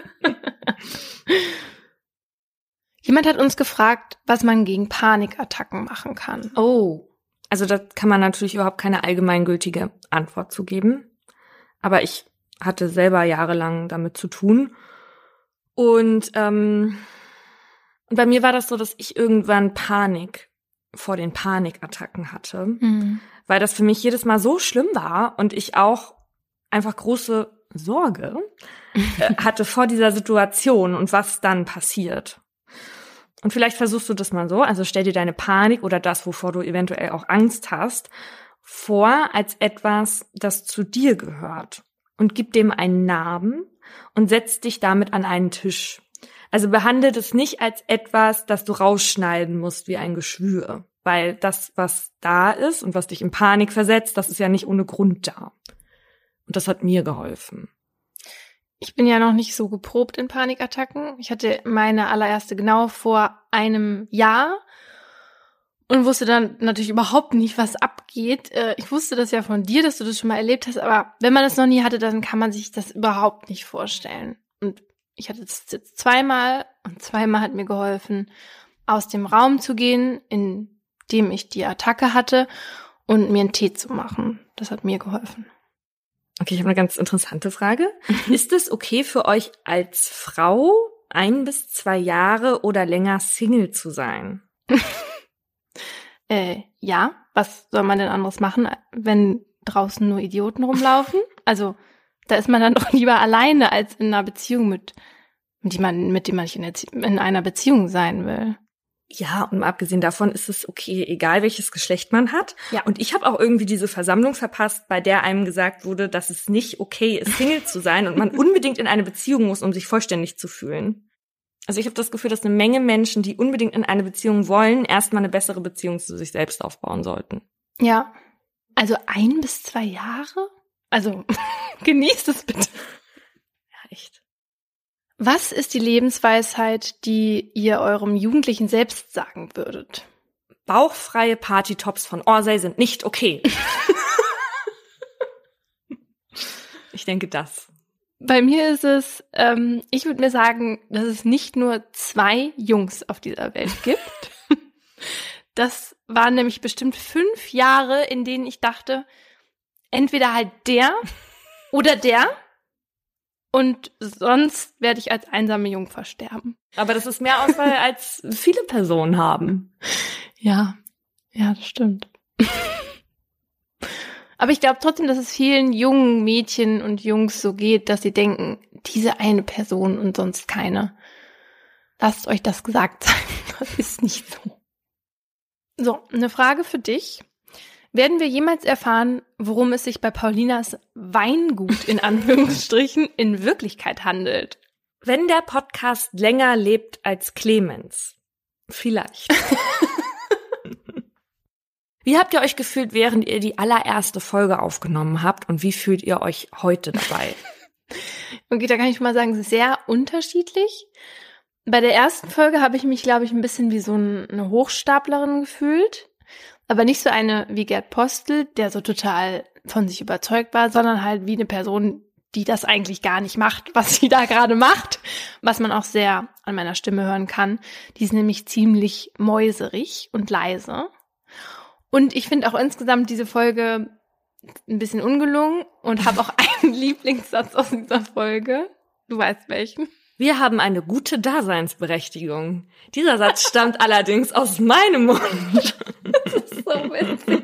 Jemand hat uns gefragt, was man gegen Panikattacken machen kann. Oh, also da kann man natürlich überhaupt keine allgemeingültige Antwort zu geben. Aber ich hatte selber jahrelang damit zu tun. Und ähm, bei mir war das so, dass ich irgendwann Panik vor den Panikattacken hatte, Mhm. weil das für mich jedes Mal so schlimm war und ich auch einfach große Sorge äh, hatte vor dieser Situation und was dann passiert. Und vielleicht versuchst du das mal so, also stell dir deine Panik oder das, wovor du eventuell auch Angst hast, vor als etwas, das zu dir gehört. Und gib dem einen Namen und setz dich damit an einen Tisch. Also behandle das nicht als etwas, das du rausschneiden musst wie ein Geschwür. Weil das, was da ist und was dich in Panik versetzt, das ist ja nicht ohne Grund da. Und das hat mir geholfen. Ich bin ja noch nicht so geprobt in Panikattacken. Ich hatte meine allererste genau vor einem Jahr und wusste dann natürlich überhaupt nicht, was abgeht. Äh, Ich wusste das ja von dir, dass du das schon mal erlebt hast, aber wenn man das noch nie hatte, dann kann man sich das überhaupt nicht vorstellen. Und ich hatte das jetzt zweimal und zweimal hat mir geholfen, aus dem Raum zu gehen, in dem ich die Attacke hatte und mir einen Tee zu machen. Das hat mir geholfen. Okay, ich habe eine ganz interessante Frage. Ist es okay für euch als Frau, ein bis zwei Jahre oder länger Single zu sein? Äh, ja, was soll man denn anderes machen, wenn draußen nur Idioten rumlaufen? Also, da ist man dann doch lieber alleine als in einer Beziehung mit, mit jemandem, mit dem man nicht in, der, in einer Beziehung sein will. Ja, und mal abgesehen davon ist es okay, egal welches Geschlecht man hat. Ja. Und ich habe auch irgendwie diese Versammlung verpasst, bei der einem gesagt wurde, dass es nicht okay ist, Single zu sein und man unbedingt in eine Beziehung muss, um sich vollständig zu fühlen. Also ich habe das Gefühl, dass eine Menge Menschen, die unbedingt in eine Beziehung wollen, erstmal eine bessere Beziehung zu sich selbst aufbauen sollten. Ja. Also ein bis zwei Jahre? Also, genießt es bitte. Ja, echt. Was ist die Lebensweisheit, die ihr eurem Jugendlichen selbst sagen würdet? Bauchfreie Partytops von Orsay sind nicht okay. Ich denke das. Bei mir ist es, ähm, ich würde mir sagen, dass es nicht nur zwei Jungs auf dieser Welt gibt. Das waren nämlich bestimmt fünf Jahre, in denen ich dachte, entweder halt der oder der und sonst werde ich als einsame Jungfer sterben. Aber das ist mehr Auswahl, als viele Personen haben. Ja, ja, das stimmt. Aber ich glaube trotzdem, dass es vielen jungen Mädchen und Jungs so geht, dass sie denken, diese eine Person und sonst keine. Lasst euch das gesagt sein. Das ist nicht so. So, eine Frage für dich. Werden wir jemals erfahren, worum es sich bei Paulinas Weingut in Anführungsstrichen in Wirklichkeit handelt? Wenn der Podcast länger lebt als Clemens. Vielleicht. Wie habt ihr euch gefühlt, während ihr die allererste Folge aufgenommen habt und wie fühlt ihr euch heute dabei? Okay, da kann ich schon mal sagen, sehr unterschiedlich. Bei der ersten Folge habe ich mich, glaube ich, ein bisschen wie so eine Hochstaplerin gefühlt. Aber nicht so eine wie Gerd Postel, der so total von sich überzeugt war, sondern halt wie eine Person, die das eigentlich gar nicht macht, was sie da gerade macht. Was man auch sehr an meiner Stimme hören kann. Die ist nämlich ziemlich mäuserig und leise. Und ich finde auch insgesamt diese Folge ein bisschen ungelungen und habe auch einen Lieblingssatz aus dieser Folge. Du weißt welchen. Wir haben eine gute Daseinsberechtigung. Dieser Satz stammt allerdings aus meinem Mund. so witzig.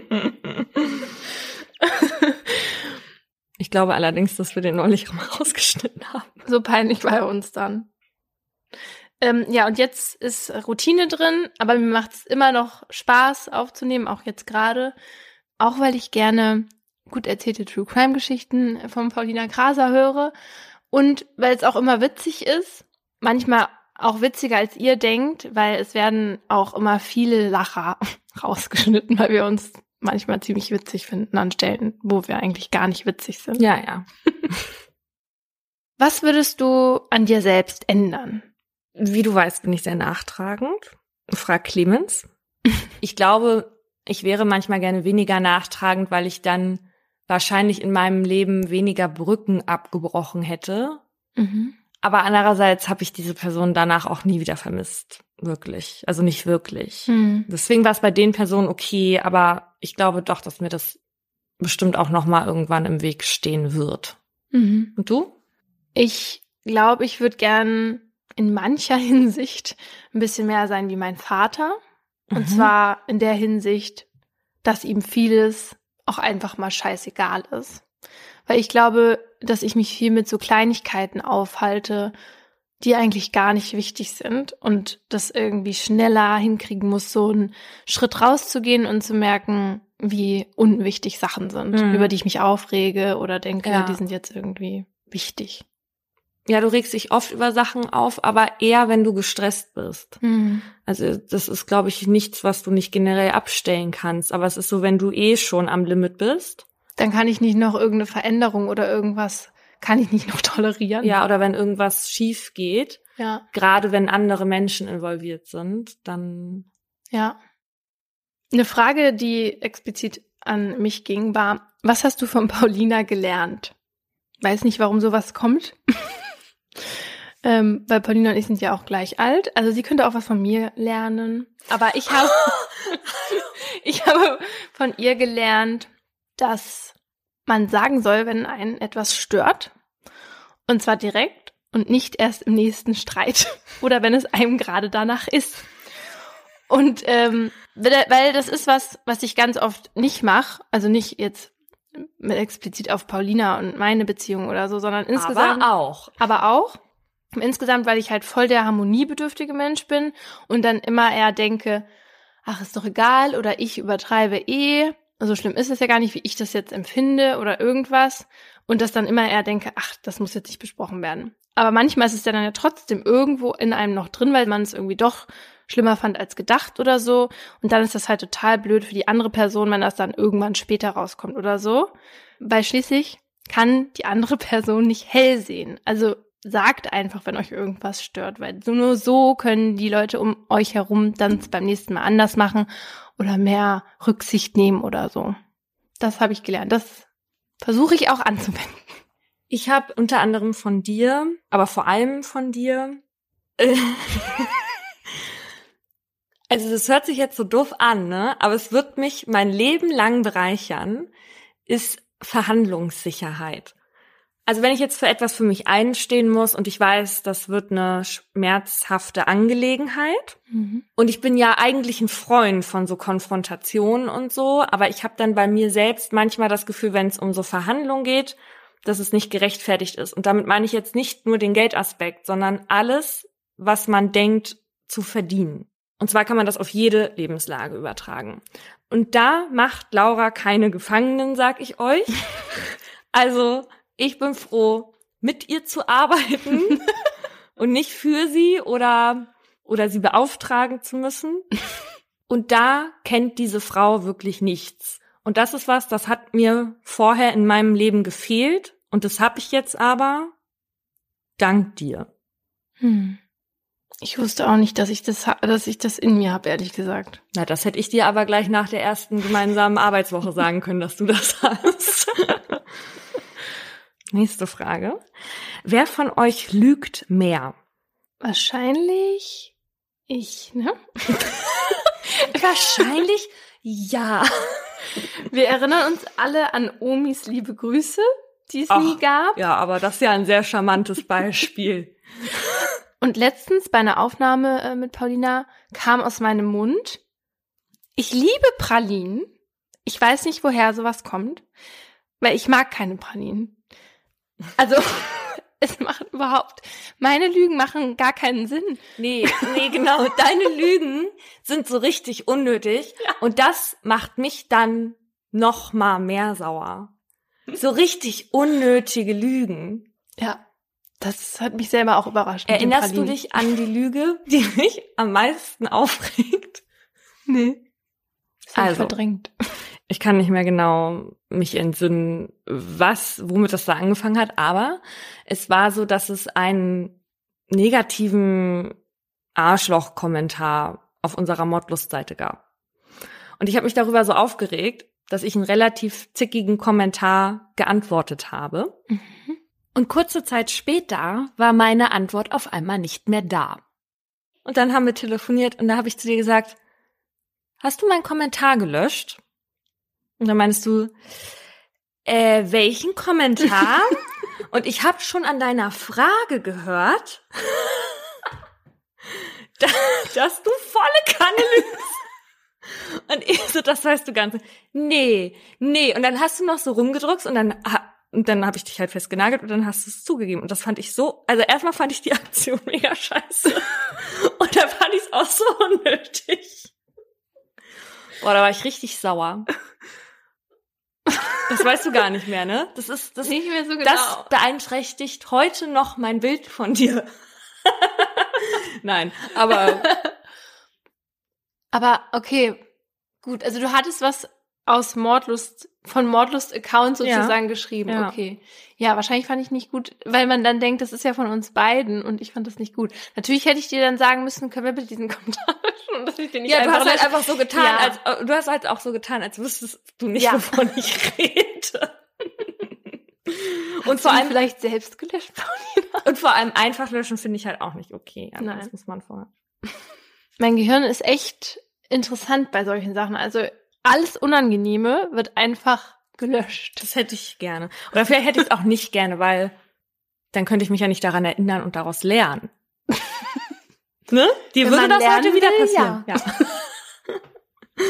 Ich glaube allerdings, dass wir den neulich mal rausgeschnitten haben. So peinlich bei uns dann. Ähm, ja, und jetzt ist Routine drin, aber mir macht es immer noch Spaß aufzunehmen, auch jetzt gerade. Auch weil ich gerne gut erzählte True-Crime-Geschichten von Paulina Kraser höre und weil es auch immer witzig ist, manchmal auch witziger als ihr denkt, weil es werden auch immer viele Lacher rausgeschnitten, weil wir uns manchmal ziemlich witzig finden an Stellen, wo wir eigentlich gar nicht witzig sind. Ja, ja. Was würdest du an dir selbst ändern? Wie du weißt, bin ich sehr nachtragend. Frag Clemens. Ich glaube, ich wäre manchmal gerne weniger nachtragend, weil ich dann wahrscheinlich in meinem Leben weniger Brücken abgebrochen hätte. Mhm. Aber andererseits habe ich diese Person danach auch nie wieder vermisst. Wirklich. Also nicht wirklich. Mhm. Deswegen war es bei den Personen okay, aber ich glaube doch, dass mir das bestimmt auch noch mal irgendwann im Weg stehen wird. Mhm. Und du? Ich glaube, ich würde gern in mancher Hinsicht ein bisschen mehr sein wie mein Vater. Und Mhm. zwar in der Hinsicht, dass ihm vieles auch einfach mal scheißegal ist. Weil ich glaube, dass ich mich viel mit so Kleinigkeiten aufhalte, die eigentlich gar nicht wichtig sind und das irgendwie schneller hinkriegen muss, so einen Schritt rauszugehen und zu merken, wie unwichtig Sachen sind, Mhm. über die ich mich aufrege oder denke, Ja. die sind jetzt irgendwie wichtig. Ja, du regst dich oft über Sachen auf, aber eher, wenn du gestresst bist. Mhm. Also das ist, glaube ich, nichts, was du nicht generell abstellen kannst. Aber es ist so, wenn du eh schon am Limit bist. Dann kann ich nicht noch irgendeine Veränderung oder irgendwas, kann ich nicht noch tolerieren. Ja, oder wenn irgendwas schief geht, Ja, gerade wenn andere Menschen involviert sind, dann... ja. Eine Frage, die explizit an mich ging, war, was hast du von Paulina gelernt? Weiß nicht, warum sowas kommt. ähm, weil Paulina und ich sind ja auch gleich alt. Also sie könnte auch was von mir lernen. Aber ich habe, ich habe von ihr gelernt, dass man sagen soll, wenn einen etwas stört. Und zwar direkt und nicht erst im nächsten Streit. Oder wenn es einem gerade danach ist. Und ähm, weil das ist was, was ich ganz oft nicht mache. Also nicht jetzt mit explizit auf Paulina und meine Beziehung oder so, sondern insgesamt. Aber auch. Aber auch. Insgesamt, weil ich halt voll der harmoniebedürftige Mensch bin und dann immer eher denke, ach, ist doch egal oder ich übertreibe eh. So schlimm ist es ja gar nicht, wie ich das jetzt empfinde oder irgendwas. Und das dann immer eher denke, ach, das muss jetzt nicht besprochen werden. Aber manchmal ist es ja dann ja trotzdem irgendwo in einem noch drin, weil man es irgendwie doch schlimmer fand als gedacht oder so. Und dann ist das halt total blöd für die andere Person, wenn das dann irgendwann später rauskommt oder so. Weil schließlich kann die andere Person nicht hell sehen. Also sagt einfach, wenn euch irgendwas stört, weil nur so können die Leute um euch herum dann beim nächsten Mal anders machen oder mehr Rücksicht nehmen oder so. Das habe ich gelernt. Das versuche ich auch anzuwenden. Ich habe unter anderem von dir, aber vor allem von dir, äh, also das hört sich jetzt so doof an, ne? Aber es wird mich mein Leben lang bereichern, ist Verhandlungssicherheit. Also wenn ich jetzt für etwas für mich einstehen muss und ich weiß, das wird eine schmerzhafte Angelegenheit Mhm. und ich bin ja eigentlich ein Freund von so Konfrontationen und so, aber ich habe dann bei mir selbst manchmal das Gefühl, wenn es um so Verhandlungen geht, dass es nicht gerechtfertigt ist. Und damit meine ich jetzt nicht nur den Geldaspekt, sondern alles, was man denkt zu verdienen. Und zwar kann man das auf jede Lebenslage übertragen. Und da macht Laura keine Gefangenen, sag ich euch. Also ich bin froh, mit ihr zu arbeiten und nicht für sie oder, oder sie beauftragen zu müssen. Und da kennt diese Frau wirklich nichts. Und das ist was, das hat mir vorher in meinem Leben gefehlt. Und das habe ich jetzt aber dank dir. Hm. Ich wusste auch nicht, dass ich das, ha- dass ich das in mir habe, ehrlich gesagt. Na, das hätte ich dir aber gleich nach der ersten gemeinsamen Arbeitswoche sagen können, dass du das hast. Nächste Frage. Wer von euch lügt mehr? Wahrscheinlich ich, ne? Wahrscheinlich ja. Wir erinnern uns alle an Omis liebe Grüße, die es Ach, nie gab. Ja, aber das ist ja ein sehr charmantes Beispiel. Und letztens bei einer Aufnahme äh, mit Paulina kam aus meinem Mund, Ich liebe Pralinen. Ich weiß nicht, woher sowas kommt, weil ich mag keine Pralinen. Also, es macht überhaupt, meine Lügen machen gar keinen Sinn. Nee, nee, genau. Deine Lügen sind so richtig unnötig. Ja. Und das macht mich dann noch mal mehr sauer. So richtig unnötige Lügen. Ja, das hat mich selber auch überrascht. Erinnerst du dich an die Lüge, die mich am meisten aufregt? Nee. Das hab ich Also, verdrängt. Ich kann nicht mehr genau mich entsinnen, was, womit das da angefangen hat, aber es war so, dass es einen negativen Arschloch-Kommentar auf unserer Mordlust-Seite gab. Und ich habe mich darüber so aufgeregt, dass ich einen relativ zickigen Kommentar geantwortet habe. Mhm. Und kurze Zeit später war meine Antwort auf einmal nicht mehr da. Und dann haben wir telefoniert und da habe ich zu dir gesagt, hast du meinen Kommentar gelöscht? Und dann meinst du, äh, welchen Kommentar? Und ich habe schon an deiner Frage gehört, dass du volle Kanne lügst. Und ich so, das weißt du ganz. Nee, nee. Und dann hast du noch so rumgedruckst und dann, und dann habe ich dich halt festgenagelt und dann hast du es zugegeben. Und das fand ich so, also erstmal fand ich die Aktion mega scheiße. Und dann fand ich es auch so unnötig. Boah, da war ich richtig sauer. Das weißt du gar nicht mehr, ne? Das ist das, nicht mehr so genau. Das beeinträchtigt heute noch mein Bild von dir. Nein, aber aber okay, gut. Also du hattest was aus Mordlust, von Mordlust-Account sozusagen ja. geschrieben. Ja. Okay. Ja, wahrscheinlich fand ich nicht gut, weil man dann denkt, das ist ja von uns beiden und ich fand das nicht gut. Natürlich hätte ich dir dann sagen müssen, können wir bitte diesen Kommentar löschen, dass ich den nicht Ja, du einfach hast halt lösche. einfach so getan, ja. als du hast halt auch so getan, als wüsstest du nicht, ja. wovon ich rede. Und vor allem vielleicht selbst gelöscht. Und vor allem einfach löschen finde ich halt auch nicht okay. Also Nein. Das muss man vorher. Mein Gehirn ist echt interessant bei solchen Sachen. Also alles Unangenehme wird einfach gelöscht. Das hätte ich gerne. Oder vielleicht hätte ich es auch nicht gerne, weil dann könnte ich mich ja nicht daran erinnern und daraus lernen. Ne? Dir würde das heute wieder passieren. Ja. ja.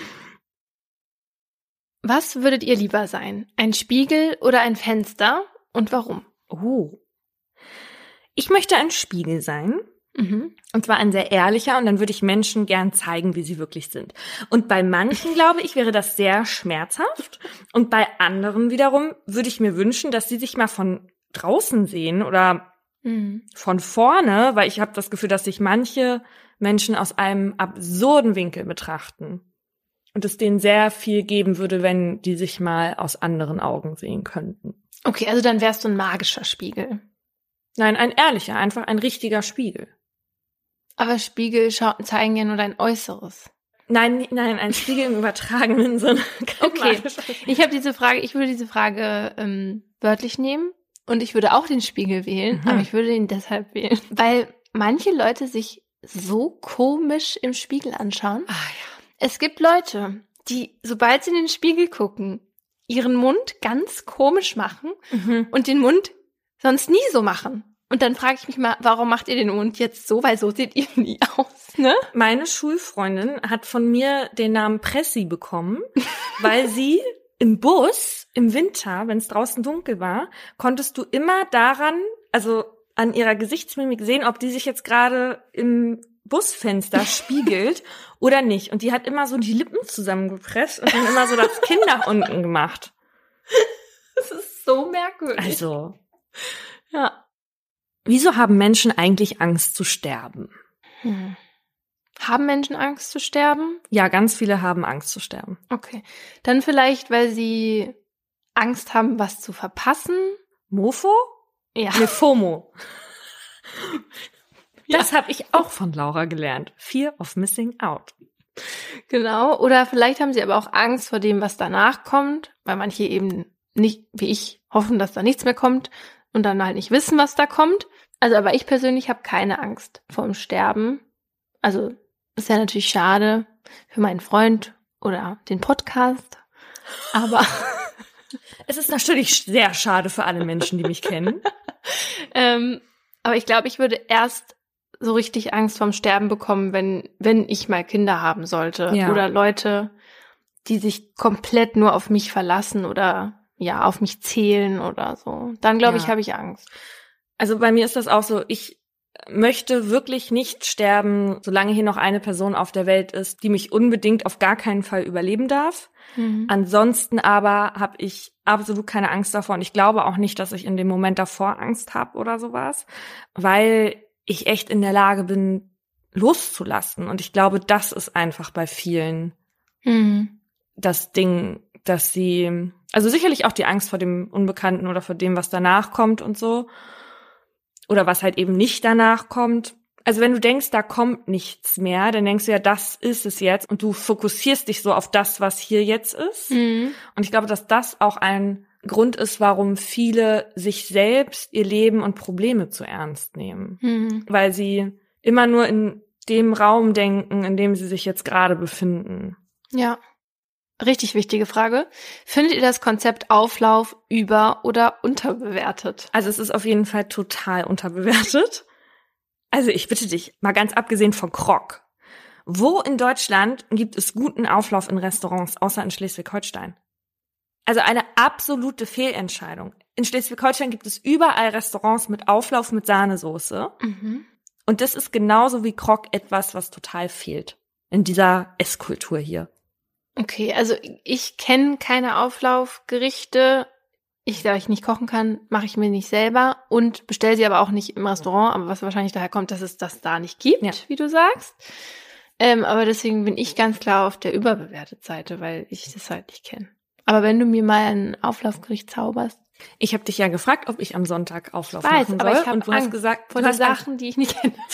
Was würdet ihr lieber sein? Ein Spiegel oder ein Fenster? Und warum? Oh. Ich möchte ein Spiegel sein. Mhm. Und zwar ein sehr ehrlicher, und dann würde ich Menschen gern zeigen, wie sie wirklich sind. Und bei manchen, glaube ich, wäre das sehr schmerzhaft. Und bei anderen wiederum würde ich mir wünschen, dass sie sich mal von draußen sehen oder mhm. von vorne, weil ich habe das Gefühl, dass sich manche Menschen aus einem absurden Winkel betrachten. Und es denen sehr viel geben würde, wenn die sich mal aus anderen Augen sehen könnten. Okay, also dann wärst du ein magischer Spiegel. Nein, ein ehrlicher, einfach ein richtiger Spiegel. Aber Spiegel scha- zeigen ja nur dein Äußeres. Nein, nein, ein Spiegel im übertragenen Sinne. Okay, ich habe diese Frage, ich würde diese Frage ähm, wörtlich nehmen und ich würde auch den Spiegel wählen, mhm. aber ich würde ihn deshalb wählen, weil manche Leute sich so komisch im Spiegel anschauen. Ah ja. Es gibt Leute, die, sobald sie in den Spiegel gucken, ihren Mund ganz komisch machen mhm. und den Mund sonst nie so machen. Und dann frage ich mich mal, warum macht ihr den Mund jetzt so? Weil so seht ihr nie aus, ne? Meine Schulfreundin hat von mir den Namen Pressi bekommen, weil sie im Bus, im Winter, wenn es draußen dunkel war, konntest du immer daran, also an ihrer Gesichtsmimik sehen, ob die sich jetzt gerade im Busfenster spiegelt oder nicht. Und die hat immer so die Lippen zusammengepresst und dann immer so das Kinn nach unten gemacht. Das ist so merkwürdig. Also, ja. Wieso haben Menschen eigentlich Angst zu sterben? Hm. Haben Menschen Angst zu sterben? Ja, ganz viele haben Angst zu sterben. Okay. Dann vielleicht, weil sie Angst haben, was zu verpassen. Mofo? Ja. Ne, FOMO. Das ja. habe ich auch von Laura gelernt. Fear of missing out. Genau. Oder vielleicht haben sie aber auch Angst vor dem, was danach kommt, weil manche eben nicht, wie ich, hoffen, dass da nichts mehr kommt und dann halt nicht wissen, was da kommt. Also, aber ich persönlich habe keine Angst vor dem Sterben. Also, ist ja natürlich schade für meinen Freund oder den Podcast. Aber es ist natürlich sehr schade für alle Menschen, die mich kennen. ähm, aber ich glaube, ich würde erst so richtig Angst vorm Sterben bekommen, wenn, wenn ich mal Kinder haben sollte. Ja. Oder Leute, die sich komplett nur auf mich verlassen oder ja, auf mich zählen oder so. Dann, glaube Ja. ich, habe ich Angst. Also bei mir ist das auch so, ich möchte wirklich nicht sterben, solange hier noch eine Person auf der Welt ist, die mich unbedingt auf gar keinen Fall überleben darf. Mhm. Ansonsten aber habe ich absolut keine Angst davor und ich glaube auch nicht, dass ich in dem Moment davor Angst habe oder sowas, weil ich echt in der Lage bin, loszulassen. Und ich glaube, das ist einfach bei vielen Mhm. das Ding, dass sie, also sicherlich auch die Angst vor dem Unbekannten oder vor dem, was danach kommt und so. Oder was halt eben nicht danach kommt. Also wenn du denkst, da kommt nichts mehr, dann denkst du ja, das ist es jetzt. Und du fokussierst dich so auf das, was hier jetzt ist. Mhm. Und ich glaube, dass das auch ein Grund ist, warum viele sich selbst, ihr Leben und Probleme zu ernst nehmen. Mhm. Weil sie immer nur in dem Raum denken, in dem sie sich jetzt gerade befinden. Ja. Richtig wichtige Frage. Findet ihr das Konzept Auflauf über- oder unterbewertet? Also es ist auf jeden Fall total unterbewertet. Also ich bitte dich, mal ganz abgesehen von Krog. Wo in Deutschland gibt es guten Auflauf in Restaurants, außer in Schleswig-Holstein? Also eine absolute Fehlentscheidung. In Schleswig-Holstein gibt es überall Restaurants mit Auflauf mit Sahnesoße. Mhm. Und das ist genauso wie Krog etwas, was total fehlt in dieser Esskultur hier. Okay, also ich kenne keine Auflaufgerichte. Ich, da ich nicht kochen kann, mache ich mir nicht selber und bestelle sie aber auch nicht im Restaurant. Aber was wahrscheinlich daher kommt, dass es das da nicht gibt, Ja. wie du sagst. Ähm, aber deswegen bin ich ganz klar auf der überbewertet Seite, weil ich das halt nicht kenne. Aber wenn du mir mal ein Auflaufgericht zauberst. Ich habe dich ja gefragt, ob ich am Sonntag Auflauf Ich weiß, machen aber soll. ich hab und du Angst hast gesagt, vor du den hast Angst. Sachen, die ich nicht kenne.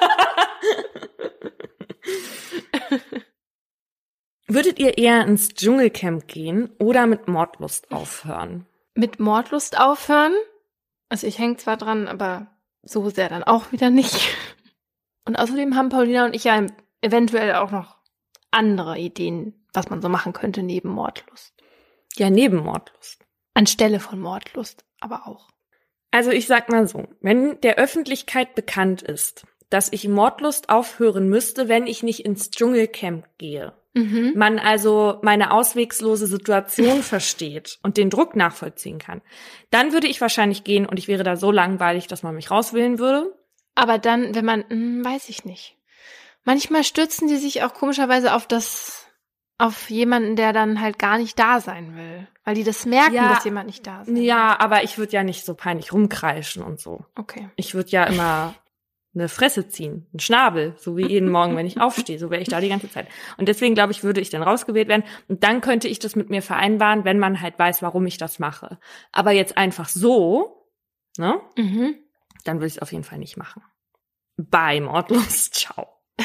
Würdet ihr eher ins Dschungelcamp gehen oder mit Mordlust aufhören? Mit Mordlust aufhören. Also ich hänge zwar dran, aber so sehr dann auch wieder nicht. Und außerdem haben Paulina und ich ja eventuell auch noch andere Ideen, was man so machen könnte neben Mordlust. Ja, neben Mordlust. Anstelle von Mordlust, aber auch. Also ich sag mal so, wenn der Öffentlichkeit bekannt ist, dass ich Mordlust aufhören müsste, wenn ich nicht ins Dschungelcamp gehe, Mhm. man also meine auswegslose Situation versteht und den Druck nachvollziehen kann, dann würde ich wahrscheinlich gehen und ich wäre da so langweilig, dass man mich rauswählen würde. Aber dann, wenn man, hm, weiß ich nicht. Manchmal stürzen die sich auch komischerweise auf das, auf jemanden, der dann halt gar nicht da sein will. Weil die das merken, Ja. dass jemand nicht da ist. Ja, aber ich würde ja nicht so peinlich rumkreischen und so. Okay. Ich würde ja immer eine Fresse ziehen, einen Schnabel, so wie jeden Morgen, wenn ich aufstehe. So wäre ich da die ganze Zeit. Und deswegen, glaube ich, würde ich dann rausgewählt werden. Und dann könnte ich das mit mir vereinbaren, wenn man halt weiß, warum ich das mache. Aber jetzt einfach so, ne, Mhm. dann würde ich es auf jeden Fall nicht machen. Bye, Mordlust. Ciao.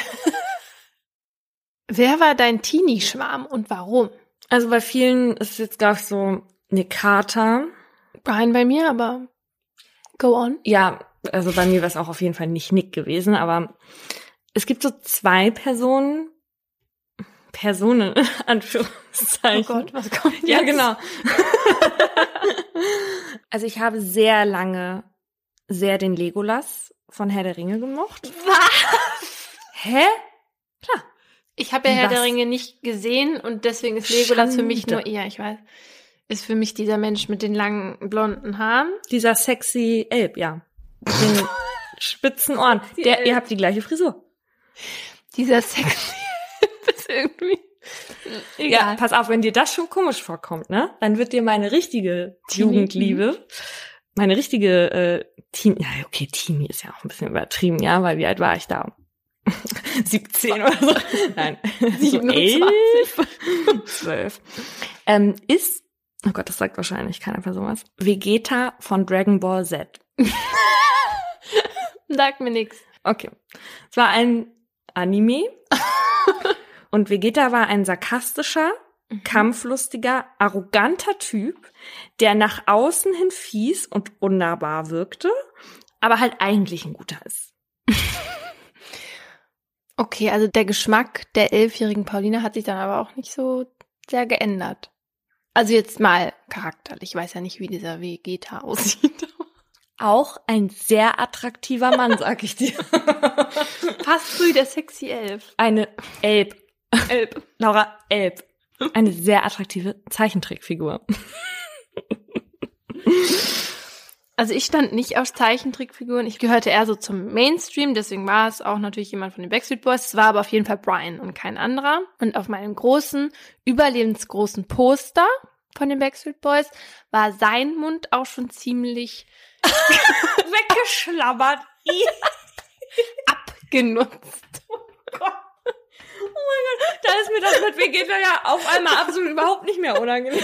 Wer war dein Teenie-Schwarm und warum? Also bei vielen ist es jetzt, glaube ich, so eine Kater. Brian bei mir, aber go on. Ja, also bei mir wäre es auch auf jeden Fall nicht Nick gewesen, aber es gibt so zwei Personen, Personen, in Oh Anführungszeichen. Gott, was kommt jetzt? Ja, genau. Also ich habe sehr lange sehr den Legolas von Herr der Ringe gemocht. Was? Hä? Klar. Ich habe ja Herr Was? der Ringe nicht gesehen und deswegen ist Legolas für mich Schande. nur, ja, ich weiß, ist für mich dieser Mensch mit den langen blonden Haaren. Dieser sexy Elb, ja. Mit den spitzen Ohren. Die Der, Elb. ihr habt die gleiche Frisur. Dieser sexy ist irgendwie Ja, egal. pass auf, wenn dir das schon komisch vorkommt, ne? Dann wird dir meine richtige Teenie, Jugendliebe, meine richtige äh, Teenie, ja, okay, Teenie ist ja auch ein bisschen übertrieben, ja, weil wie alt war ich da? siebzehn oder so. Nein, so siebenundzwanzig. elf, zwölf. Ähm, ist, oh Gott, das sagt wahrscheinlich keiner Person was, Vegeta von Dragon Ball Z. Sag mir nix. Okay. Es war ein Anime und Vegeta war ein sarkastischer, kampflustiger, arroganter Typ, der nach außen hin fies und unnahbar wirkte, aber halt eigentlich ein guter ist. Okay, also der Geschmack der elfjährigen Paulina hat sich dann aber auch nicht so sehr geändert. Also jetzt mal charakterlich. Ich weiß ja nicht, wie dieser Vegeta aussieht. auch ein sehr attraktiver Mann, sag ich dir. Fast früh der sexy Elf. Eine Elb. Elb. Laura Elb. Eine sehr attraktive Zeichentrickfigur. Also ich stand nicht auf Zeichentrickfiguren. Ich gehörte eher so zum Mainstream. Deswegen war es auch natürlich jemand von den Backstreet Boys. Es war aber auf jeden Fall Brian und kein anderer. Und auf meinem großen, überlebensgroßen Poster von den Backstreet Boys war sein Mund auch schon ziemlich weggeschlabbert. Abgenutzt. Oh Gott. Oh mein Gott, da ist mir das mit Vegeta ja auf einmal absolut überhaupt nicht mehr unangenehm.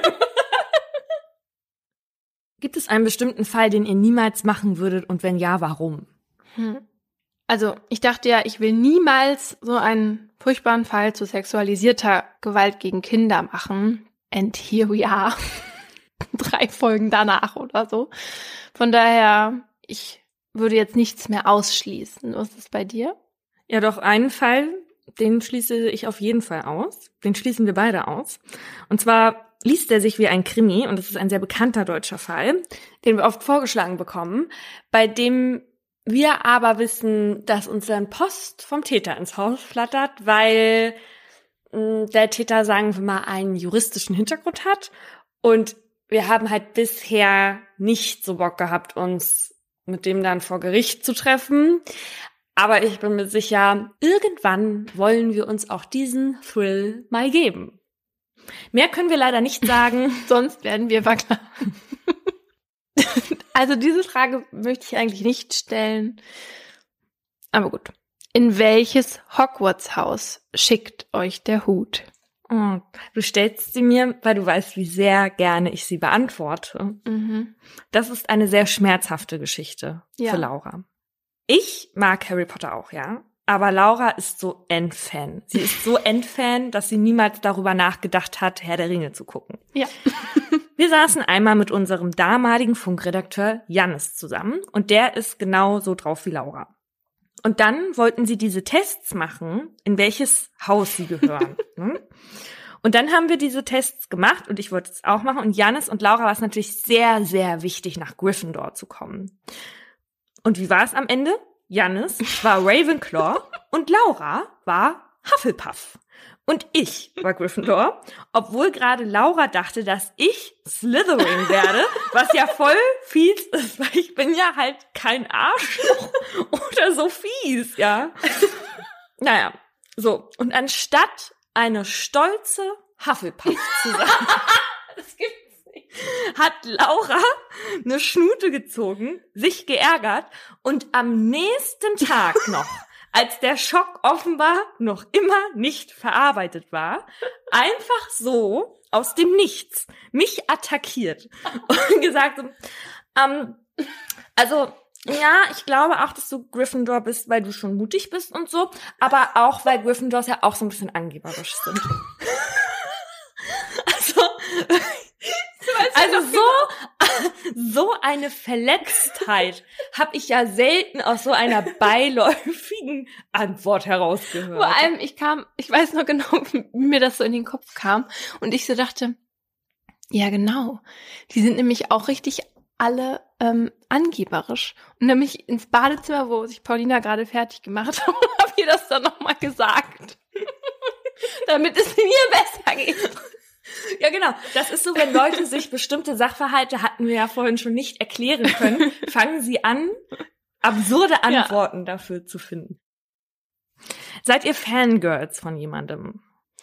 Gibt es einen bestimmten Fall, den ihr niemals machen würdet und wenn ja, warum? Hm. Also ich dachte ja, ich will niemals so einen furchtbaren Fall zu sexualisierter Gewalt gegen Kinder machen. And here we are. Drei Folgen danach oder so. Von daher, ich würde jetzt nichts mehr ausschließen. Was ist es bei dir? Ja, doch, einen Fall, den schließe ich auf jeden Fall aus. Den schließen wir beide aus. Und zwar liest er sich wie ein Krimi, und das ist ein sehr bekannter deutscher Fall, den wir oft vorgeschlagen bekommen, bei dem wir aber wissen, dass uns dann Post vom Täter ins Haus flattert, weil mh, der Täter, sagen wir mal, einen juristischen Hintergrund hat. Und wir haben halt bisher nicht so Bock gehabt, uns mit dem dann vor Gericht zu treffen. Aber ich bin mir sicher, irgendwann wollen wir uns auch diesen Thrill mal geben. Mehr können wir leider nicht sagen. Sonst werden wir verklagen. Also diese Frage möchte ich eigentlich nicht stellen. Aber gut. In welches Hogwarts-Haus schickt euch der Hut? Oh, du stellst sie mir, weil du weißt, wie sehr gerne ich sie beantworte. Mhm. Das ist eine sehr schmerzhafte Geschichte Ja. für Laura. Ich mag Harry Potter auch, ja. Aber Laura ist so Endfan. Sie ist so Endfan, dass sie niemals darüber nachgedacht hat, Herr der Ringe zu gucken. Ja. Wir saßen einmal mit unserem damaligen Funkredakteur Jannis zusammen und der ist genau so drauf wie Laura. Und dann wollten sie diese Tests machen, in welches Haus sie gehören. Und dann haben wir diese Tests gemacht und ich wollte es auch machen. Und Jannis und Laura war es natürlich sehr, sehr wichtig, nach Gryffindor zu kommen. Und wie war es am Ende? Jannis war Ravenclaw und Laura war Hufflepuff. Und ich war Gryffindor, obwohl gerade Laura dachte, dass ich Slytherin werde, was ja voll fies ist, weil ich bin ja halt kein Arschloch oder so fies, ja. Naja, so. Und anstatt eine stolze Hufflepuff zu sein, das gibt's nicht, hat Laura eine Schnute gezogen, sich geärgert und am nächsten Tag noch, als der Schock offenbar noch immer nicht verarbeitet war, einfach so aus dem Nichts mich attackiert und gesagt, ähm, also ja, ich glaube auch, dass du Gryffindor bist, weil du schon mutig bist und so, aber auch, weil Gryffindors ja auch so ein bisschen angeberisch sind. Also, also so, so eine Verletztheit habe ich ja selten aus so einer beiläufigen Antwort herausgehört. Vor allem, ich kam, ich weiß noch genau, wie mir das so in den Kopf kam und ich so dachte, ja genau, die sind nämlich auch richtig alle ähm, angeberisch. Und nämlich ins Badezimmer, wo sich Paulina gerade fertig gemacht hat, habe ihr das dann nochmal gesagt. Damit es mir besser geht. Ja, genau. Das ist so, wenn Leute sich bestimmte Sachverhalte, hatten wir ja vorhin schon, nicht erklären können, fangen sie an, absurde Antworten ja. dafür zu finden. Seid ihr Fangirls von jemandem?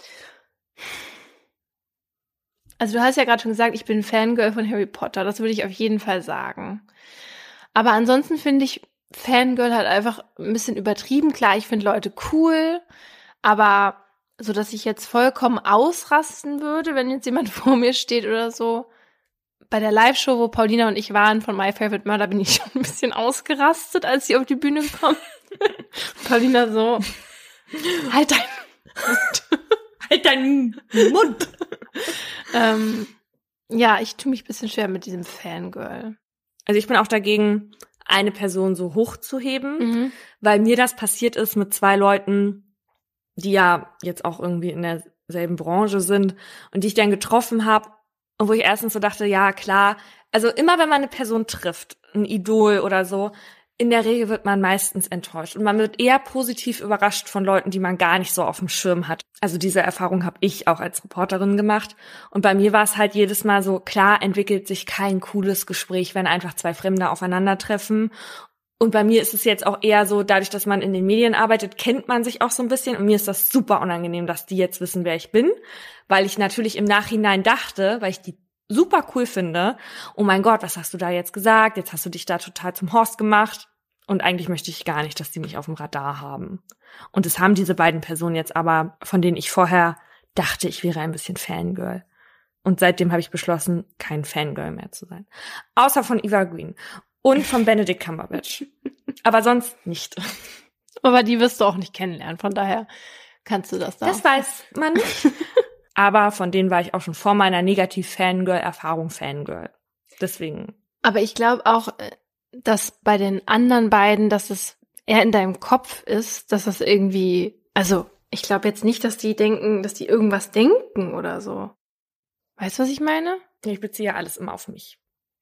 Also du hast ja gerade schon gesagt, ich bin Fangirl von Harry Potter. Das würde ich auf jeden Fall sagen. Aber ansonsten finde ich Fangirl halt einfach ein bisschen übertrieben. Klar, ich finde Leute cool, aber so, dass ich jetzt vollkommen ausrasten würde, wenn jetzt jemand vor mir steht oder so. Bei der Live-Show, wo Paulina und ich waren von My Favorite Murder, bin ich schon ein bisschen ausgerastet, als sie auf die Bühne kommt. Paulina so, halt deinen Mund. Halt deinen Mund. ähm, ja, ich tue mich ein bisschen schwer mit diesem Fangirl. Also ich bin auch dagegen, eine Person so hochzuheben, Mhm. weil mir das passiert ist mit zwei Leuten, die ja jetzt auch irgendwie in derselben Branche sind und die ich dann getroffen habe und wo ich erstens so dachte, ja klar, Also immer, wenn man eine Person trifft, ein Idol oder so, in der Regel wird man meistens enttäuscht. Und man wird eher positiv überrascht von Leuten, die man gar nicht so auf dem Schirm hat. Also diese Erfahrung habe ich auch als Reporterin gemacht. Und bei mir war es halt jedes Mal so, klar entwickelt sich kein cooles Gespräch, wenn einfach zwei Fremde aufeinandertreffen. Und bei mir ist es jetzt auch eher so, dadurch, dass man in den Medien arbeitet, kennt man sich auch so ein bisschen. Und mir ist das super unangenehm, dass die jetzt wissen, wer ich bin. Weil ich natürlich im Nachhinein dachte, weil ich die super cool finde, oh mein Gott, was hast du da jetzt gesagt? Jetzt hast du dich da total zum Horst gemacht. Und eigentlich möchte ich gar nicht, dass die mich auf dem Radar haben. Und das haben diese beiden Personen jetzt aber, von denen ich vorher dachte, ich wäre ein bisschen Fangirl. Und seitdem habe ich beschlossen, kein Fangirl mehr zu sein. Außer von Eva Green und von Benedict Cumberbatch. Aber sonst nicht. Aber die wirst du auch nicht kennenlernen, von daher kannst du das da. Das weiß man nicht. Aber von denen war ich auch schon vor meiner Negativ-Fangirl-Erfahrung Fangirl. Deswegen. Aber ich glaube auch, dass bei den anderen beiden, dass es eher in deinem Kopf ist, dass das irgendwie, also ich glaube jetzt nicht, dass die denken, dass die irgendwas denken oder so. Weißt du, was ich meine? Ich beziehe ja alles immer auf mich.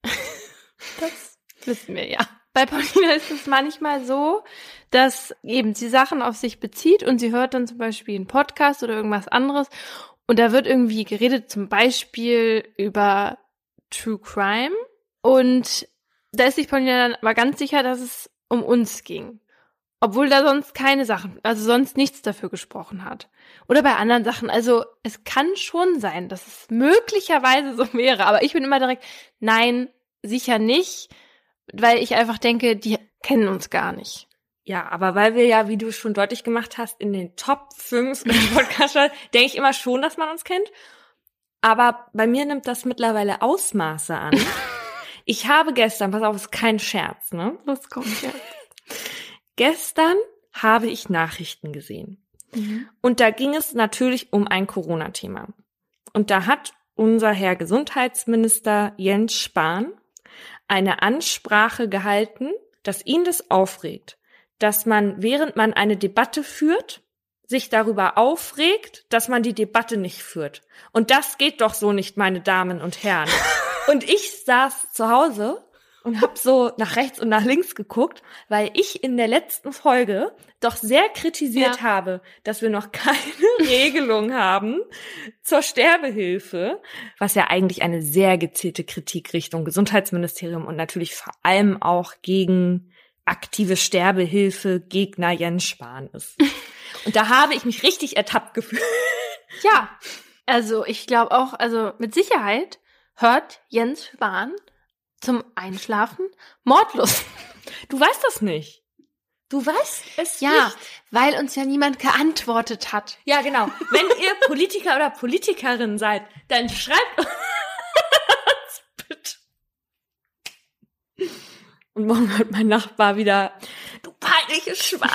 Das wissen wir ja. Bei Paulina ist es manchmal so, dass eben sie Sachen auf sich bezieht und sie hört dann zum Beispiel einen Podcast oder irgendwas anderes und da wird irgendwie geredet, zum Beispiel über True Crime und da ist sich Paulina dann aber ganz sicher, dass es um uns ging. Obwohl da sonst keine Sachen, also sonst nichts dafür gesprochen hat. Oder bei anderen Sachen. Also es kann schon sein, dass es möglicherweise so wäre. Aber ich bin immer direkt, nein, sicher nicht. Weil ich einfach denke, die kennen uns gar nicht. Ja, aber weil wir ja, wie du schon deutlich gemacht hast, in den Top fünf im Podcast, denke ich immer schon, dass man uns kennt. Aber bei mir nimmt das mittlerweile Ausmaße an. Ich habe gestern, pass auf, ist kein Scherz, ne? Was kommt jetzt? Gestern habe ich Nachrichten gesehen. Mhm. Und da ging es natürlich um ein Corona-Thema. Und da hat unser Herr Gesundheitsminister Jens Spahn eine Ansprache gehalten, dass ihn das aufregt, dass man, während man eine Debatte führt, sich darüber aufregt, dass man die Debatte nicht führt. Und das geht doch so nicht, meine Damen und Herren. Und ich saß zu Hause und hab so nach rechts und nach links geguckt, weil ich in der letzten Folge doch sehr kritisiert ja. habe, dass wir noch keine Regelung haben zur Sterbehilfe, was ja eigentlich eine sehr gezielte Kritik Richtung Gesundheitsministerium und natürlich vor allem auch gegen aktive Sterbehilfe Gegner Jens Spahn ist. Und da habe ich mich richtig ertappt gefühlt. Ja, also ich glaube auch, also mit Sicherheit hört Jens Spahn zum Einschlafen Mordlust. Du weißt das nicht. Du weißt es ja, nicht. Ja, weil uns ja niemand geantwortet hat. Ja, genau. Wenn ihr Politiker oder Politikerin seid, dann schreibt uns bitte. Und morgen hört mein Nachbar wieder, du peinliches Schwein.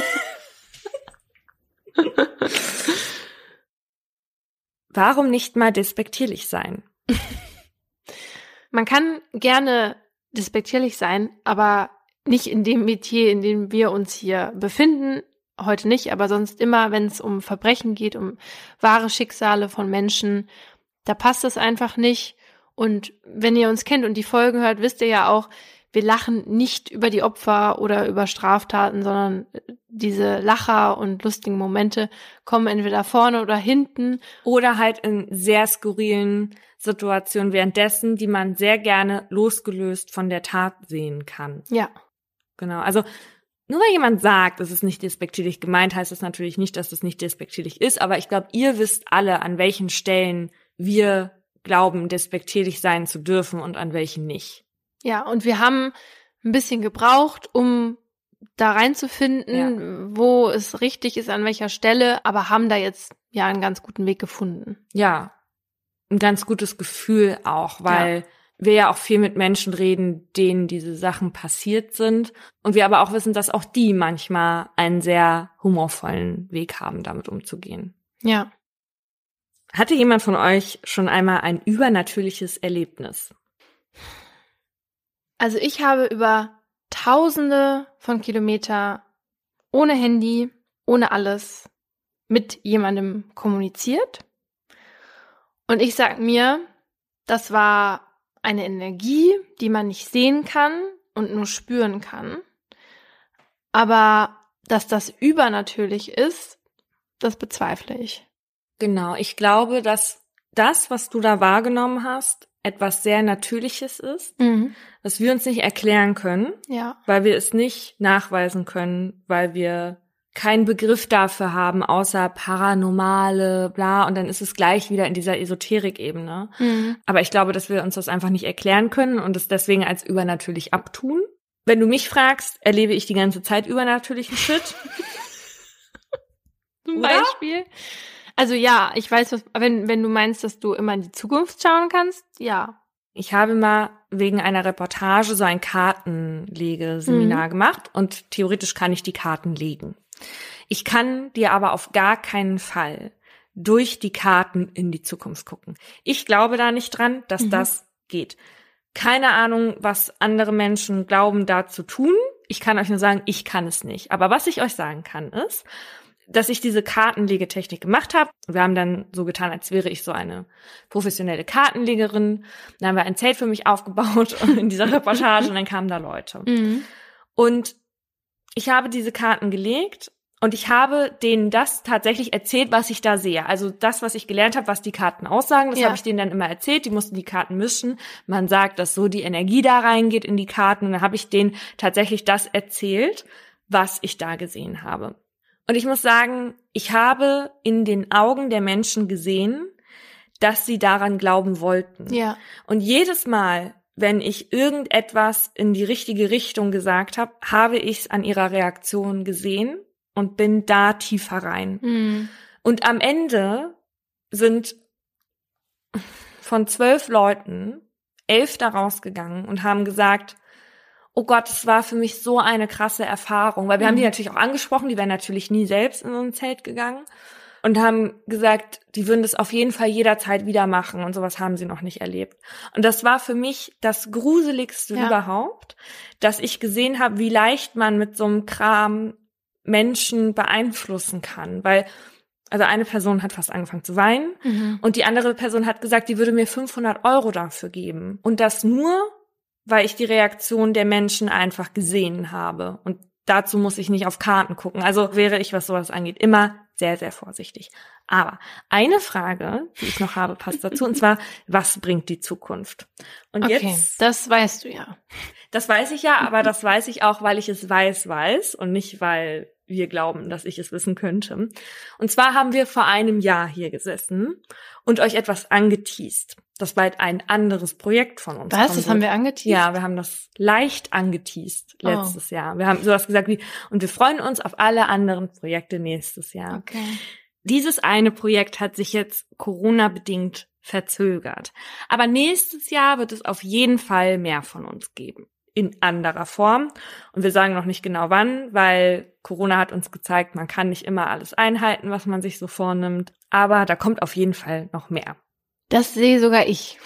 Warum nicht mal despektierlich sein? Man kann gerne despektierlich sein, aber nicht in dem Metier, in dem wir uns hier befinden. Heute nicht, aber sonst immer, wenn es um Verbrechen geht, um wahre Schicksale von Menschen, da passt es einfach nicht. Und wenn ihr uns kennt und die Folgen hört, wisst ihr ja auch, wir lachen nicht über die Opfer oder über Straftaten, sondern diese Lacher und lustigen Momente kommen entweder vorne oder hinten. Oder halt in sehr skurrilen Situationen währenddessen, die man sehr gerne losgelöst von der Tat sehen kann. Ja. Genau, also nur weil jemand sagt, es ist nicht despektierlich gemeint, heißt das natürlich nicht, dass es nicht despektierlich ist, aber ich glaube, ihr wisst alle, an welchen Stellen wir glauben, despektierlich sein zu dürfen und an welchen nicht. Ja, und wir haben ein bisschen gebraucht, um da reinzufinden, ja. wo es richtig ist, an welcher Stelle, aber haben da jetzt ja einen ganz guten Weg gefunden. Ja, ein ganz gutes Gefühl auch, weil ja. wir ja auch viel mit Menschen reden, denen diese Sachen passiert sind und wir aber auch wissen, dass auch die manchmal einen sehr humorvollen Weg haben, damit umzugehen. Ja. Hatte jemand von euch schon einmal ein übernatürliches Erlebnis? Also ich habe über Tausende von Kilometer ohne Handy, ohne alles mit jemandem kommuniziert. Und ich sag mir, das war eine Energie, die man nicht sehen kann und nur spüren kann. Aber dass das übernatürlich ist, das bezweifle ich. Genau, ich glaube, dass das, was du da wahrgenommen hast, etwas sehr Natürliches ist, Mhm. was wir uns nicht erklären können, Ja. weil wir es nicht nachweisen können, weil wir keinen Begriff dafür haben, außer paranormale, bla, und dann ist es gleich wieder in dieser Esoterik-Ebene. Mhm. Aber ich glaube, dass wir uns das einfach nicht erklären können und es deswegen als übernatürlich abtun. Wenn du mich fragst, erlebe ich die ganze Zeit übernatürlichen Shit. Zum Oder? Beispiel. Also ja, ich weiß, was, wenn, wenn du meinst, dass du immer in die Zukunft schauen kannst, ja. Ich habe mal wegen einer Reportage so ein Kartenlegeseminar Mhm. gemacht und theoretisch kann ich die Karten legen. Ich kann dir aber auf gar keinen Fall durch die Karten in die Zukunft gucken. Ich glaube da nicht dran, dass Mhm. das geht. Keine Ahnung, was andere Menschen glauben, da zu tun. Ich kann euch nur sagen, ich kann es nicht. Aber was ich euch sagen kann, ist, dass ich diese Kartenlegetechnik gemacht habe. Wir haben dann so getan, als wäre ich so eine professionelle Kartenlegerin. Dann haben wir ein Zelt für mich aufgebaut in dieser Reportage und dann kamen da Leute. Mhm. Und ich habe diese Karten gelegt und ich habe denen das tatsächlich erzählt, was ich da sehe. Also das, was ich gelernt habe, was die Karten aussagen, das Ja. habe ich denen dann immer erzählt. Die mussten die Karten mischen. Man sagt, dass so die Energie da reingeht in die Karten. Und dann habe ich denen tatsächlich das erzählt, was ich da gesehen habe. Und ich muss sagen, ich habe in den Augen der Menschen gesehen, dass sie daran glauben wollten. Ja. Und jedes Mal, wenn ich irgendetwas in die richtige Richtung gesagt habe, habe ich es an ihrer Reaktion gesehen und bin da tiefer rein. Mhm. Und am Ende sind von zwölf Leuten elf da rausgegangen und haben gesagt, oh Gott, es war für mich so eine krasse Erfahrung. Weil wir Mhm. haben die natürlich auch angesprochen, die wären natürlich nie selbst in so ein Zelt gegangen. Und haben gesagt, die würden das auf jeden Fall jederzeit wieder machen. Und sowas haben sie noch nicht erlebt. Und das war für mich das Gruseligste Ja. überhaupt, dass ich gesehen habe, wie leicht man mit so einem Kram Menschen beeinflussen kann. Weil, also eine Person hat fast angefangen zu weinen. Mhm. Und die andere Person hat gesagt, die würde mir fünfhundert Euro dafür geben. Und das nur, weil ich die Reaktion der Menschen einfach gesehen habe. Und dazu muss ich nicht auf Karten gucken. Also wäre ich, was sowas angeht, immer sehr, sehr vorsichtig. Aber eine Frage, die ich noch habe, passt dazu. Und zwar, was bringt die Zukunft? Und Okay, jetzt, das weißt du ja. das weiß ich ja, aber das weiß ich auch, weil ich es weiß, weiß und nicht, weil wir glauben, dass ich es wissen könnte. Und zwar haben wir vor einem Jahr hier gesessen und euch etwas angeteast. Das bald ein anderes Projekt von uns. Was? Das haben wir angeteased? Ja, wir haben das leicht angeteased Oh. letztes Jahr. Wir haben sowas gesagt wie, und wir freuen uns auf alle anderen Projekte nächstes Jahr. Okay. Dieses eine Projekt hat sich jetzt Corona-bedingt verzögert. Aber nächstes Jahr wird es auf jeden Fall mehr von uns geben. In anderer Form. Und wir sagen noch nicht genau wann, weil Corona hat uns gezeigt, man kann nicht immer alles einhalten, was man sich so vornimmt. Aber da kommt auf jeden Fall noch mehr. Das sehe sogar ich.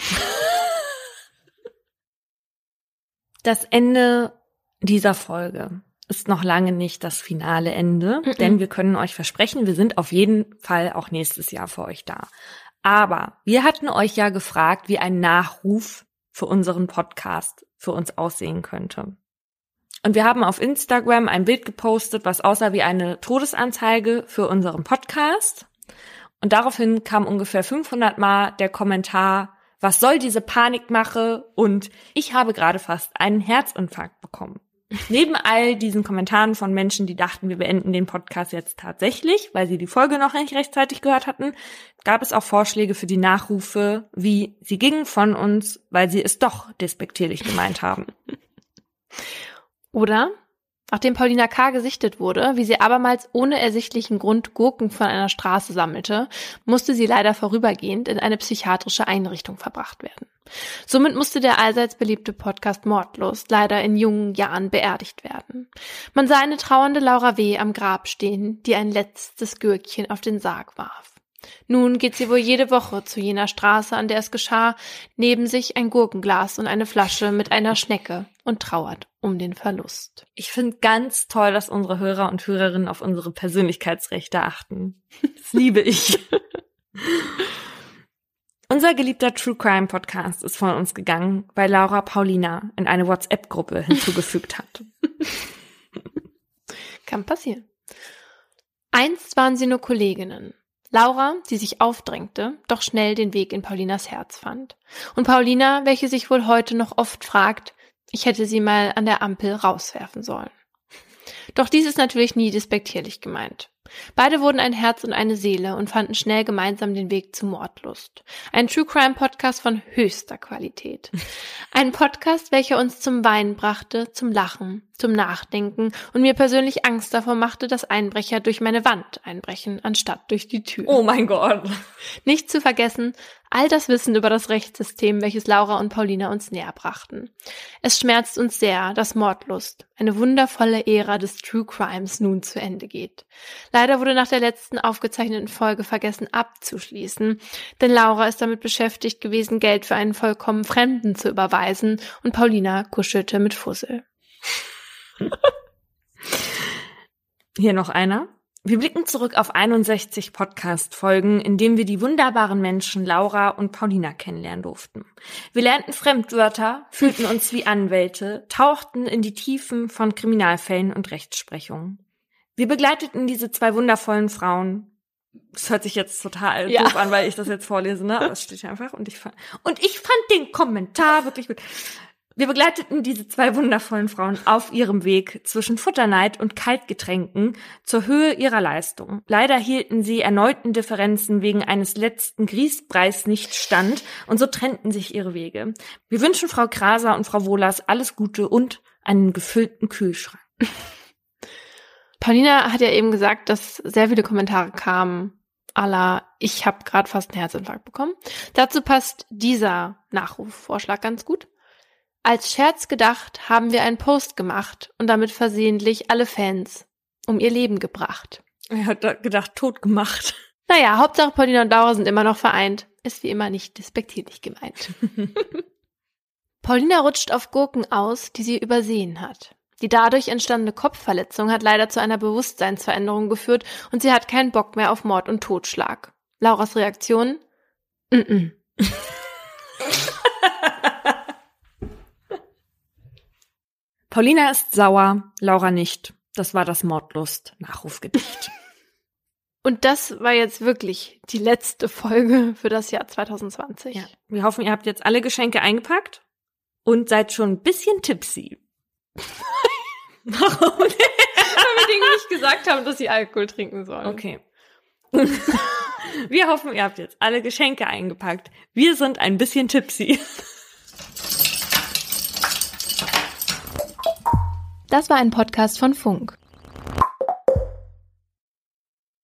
Das Ende dieser Folge ist noch lange nicht das finale Ende, Mhm. denn wir können euch versprechen, wir sind auf jeden Fall auch nächstes Jahr für euch da. Aber wir hatten euch ja gefragt, wie ein Nachruf für unseren Podcast für uns aussehen könnte. Und wir haben auf Instagram ein Bild gepostet, was aussah wie eine Todesanzeige für unseren Podcast. Und daraufhin kam ungefähr fünfhundert Mal der Kommentar, was soll diese Panikmache? Und ich habe gerade fast einen Herzinfarkt bekommen. Neben all diesen Kommentaren von Menschen, die dachten, wir beenden den Podcast jetzt tatsächlich, weil sie die Folge noch nicht rechtzeitig gehört hatten, gab es auch Vorschläge für die Nachrufe, wie sie gingen von uns, weil sie es doch despektierlich gemeint haben. Oder? Nachdem Paulina K. gesichtet wurde, wie sie abermals ohne ersichtlichen Grund Gurken von einer Straße sammelte, musste sie leider vorübergehend in eine psychiatrische Einrichtung verbracht werden. Somit musste der allseits beliebte Podcast Mordlust leider in jungen Jahren beerdigt werden. Man sah eine trauernde Laura W. am Grab stehen, die ein letztes Gürkchen auf den Sarg warf. Nun geht sie wohl jede Woche zu jener Straße, an der es geschah, neben sich ein Gurkenglas und eine Flasche mit einer Schnecke und trauert um den Verlust. Ich finde ganz toll, dass unsere Hörer und Hörerinnen auf unsere Persönlichkeitsrechte achten. Das liebe ich. Unser geliebter True Crime Podcast ist von uns gegangen, weil Laura Paulina in eine WhatsApp-Gruppe hinzugefügt hat. Kann passieren. Einst waren sie nur Kolleginnen. Laura, die sich aufdrängte, doch schnell den Weg in Paulinas Herz fand. Und Paulina, welche sich wohl heute noch oft fragt, ich hätte sie mal an der Ampel rauswerfen sollen. Doch dies ist natürlich nie despektierlich gemeint. Beide wurden ein Herz und eine Seele und fanden schnell gemeinsam den Weg zu Mordlust. Ein True-Crime-Podcast von höchster Qualität. Ein Podcast, welcher uns zum Weinen brachte, zum Lachen, zum Nachdenken und mir persönlich Angst davor machte, dass Einbrecher durch meine Wand einbrechen, anstatt durch die Tür. Oh mein Gott. Nicht zu vergessen, all das Wissen über das Rechtssystem, welches Laura und Paulina uns näher brachten. Es schmerzt uns sehr, dass Mordlust, eine wundervolle Ära des True Crimes, nun zu Ende geht. Leider wurde nach der letzten aufgezeichneten Folge vergessen abzuschließen, denn Laura ist damit beschäftigt gewesen, Geld für einen vollkommen Fremden zu überweisen und Paulina kuschelte mit Fussel. Hier noch einer. Wir blicken zurück auf einundsechzig Podcast-Folgen, in denen wir die wunderbaren Menschen Laura und Paulina kennenlernen durften. Wir lernten Fremdwörter, fühlten uns wie Anwälte, tauchten in die Tiefen von Kriminalfällen und Rechtsprechungen. Wir begleiteten diese zwei wundervollen Frauen. Das hört sich jetzt total ja. doof an, weil ich das jetzt vorlese, ne? Das steht hier einfach. Und ich fand, und ich fand den Kommentar wirklich gut. Wir begleiteten diese zwei wundervollen Frauen auf ihrem Weg zwischen Futterneid und Kaltgetränken zur Höhe ihrer Leistung. Leider hielten sie erneuten Differenzen wegen eines letzten Grießbreis nicht stand und so trennten sich ihre Wege. Wir wünschen Frau Kraser und Frau Wohlers alles Gute und einen gefüllten Kühlschrank. Paulina hat ja eben gesagt, dass sehr viele Kommentare kamen, à la, ich habe gerade fast einen Herzinfarkt bekommen. Dazu passt dieser Nachrufvorschlag ganz gut. Als Scherz gedacht haben wir einen Post gemacht und damit versehentlich alle Fans um ihr Leben gebracht. Er hat gedacht, tot gemacht. Naja, Hauptsache Paulina und Laura sind immer noch vereint. Ist wie immer nicht despektierlich gemeint. Paulina rutscht auf Gurken aus, die sie übersehen hat. Die dadurch entstandene Kopfverletzung hat leider zu einer Bewusstseinsveränderung geführt und sie hat keinen Bock mehr auf Mord und Totschlag. Lauras Reaktion? Mm-mm. Paulina ist sauer, Laura nicht. Das war das Mordlust-Nachrufgedicht. Und das war jetzt wirklich die letzte Folge für das Jahr zwanzig zwanzig. Ja. Wir hoffen, ihr habt jetzt alle Geschenke eingepackt und seid schon ein bisschen tipsy. Warum? Weil wir denen nicht gesagt haben, dass sie Alkohol trinken sollen. Okay. Wir hoffen, ihr habt jetzt alle Geschenke eingepackt. Wir sind ein bisschen tipsy. Das war ein Podcast von Funk.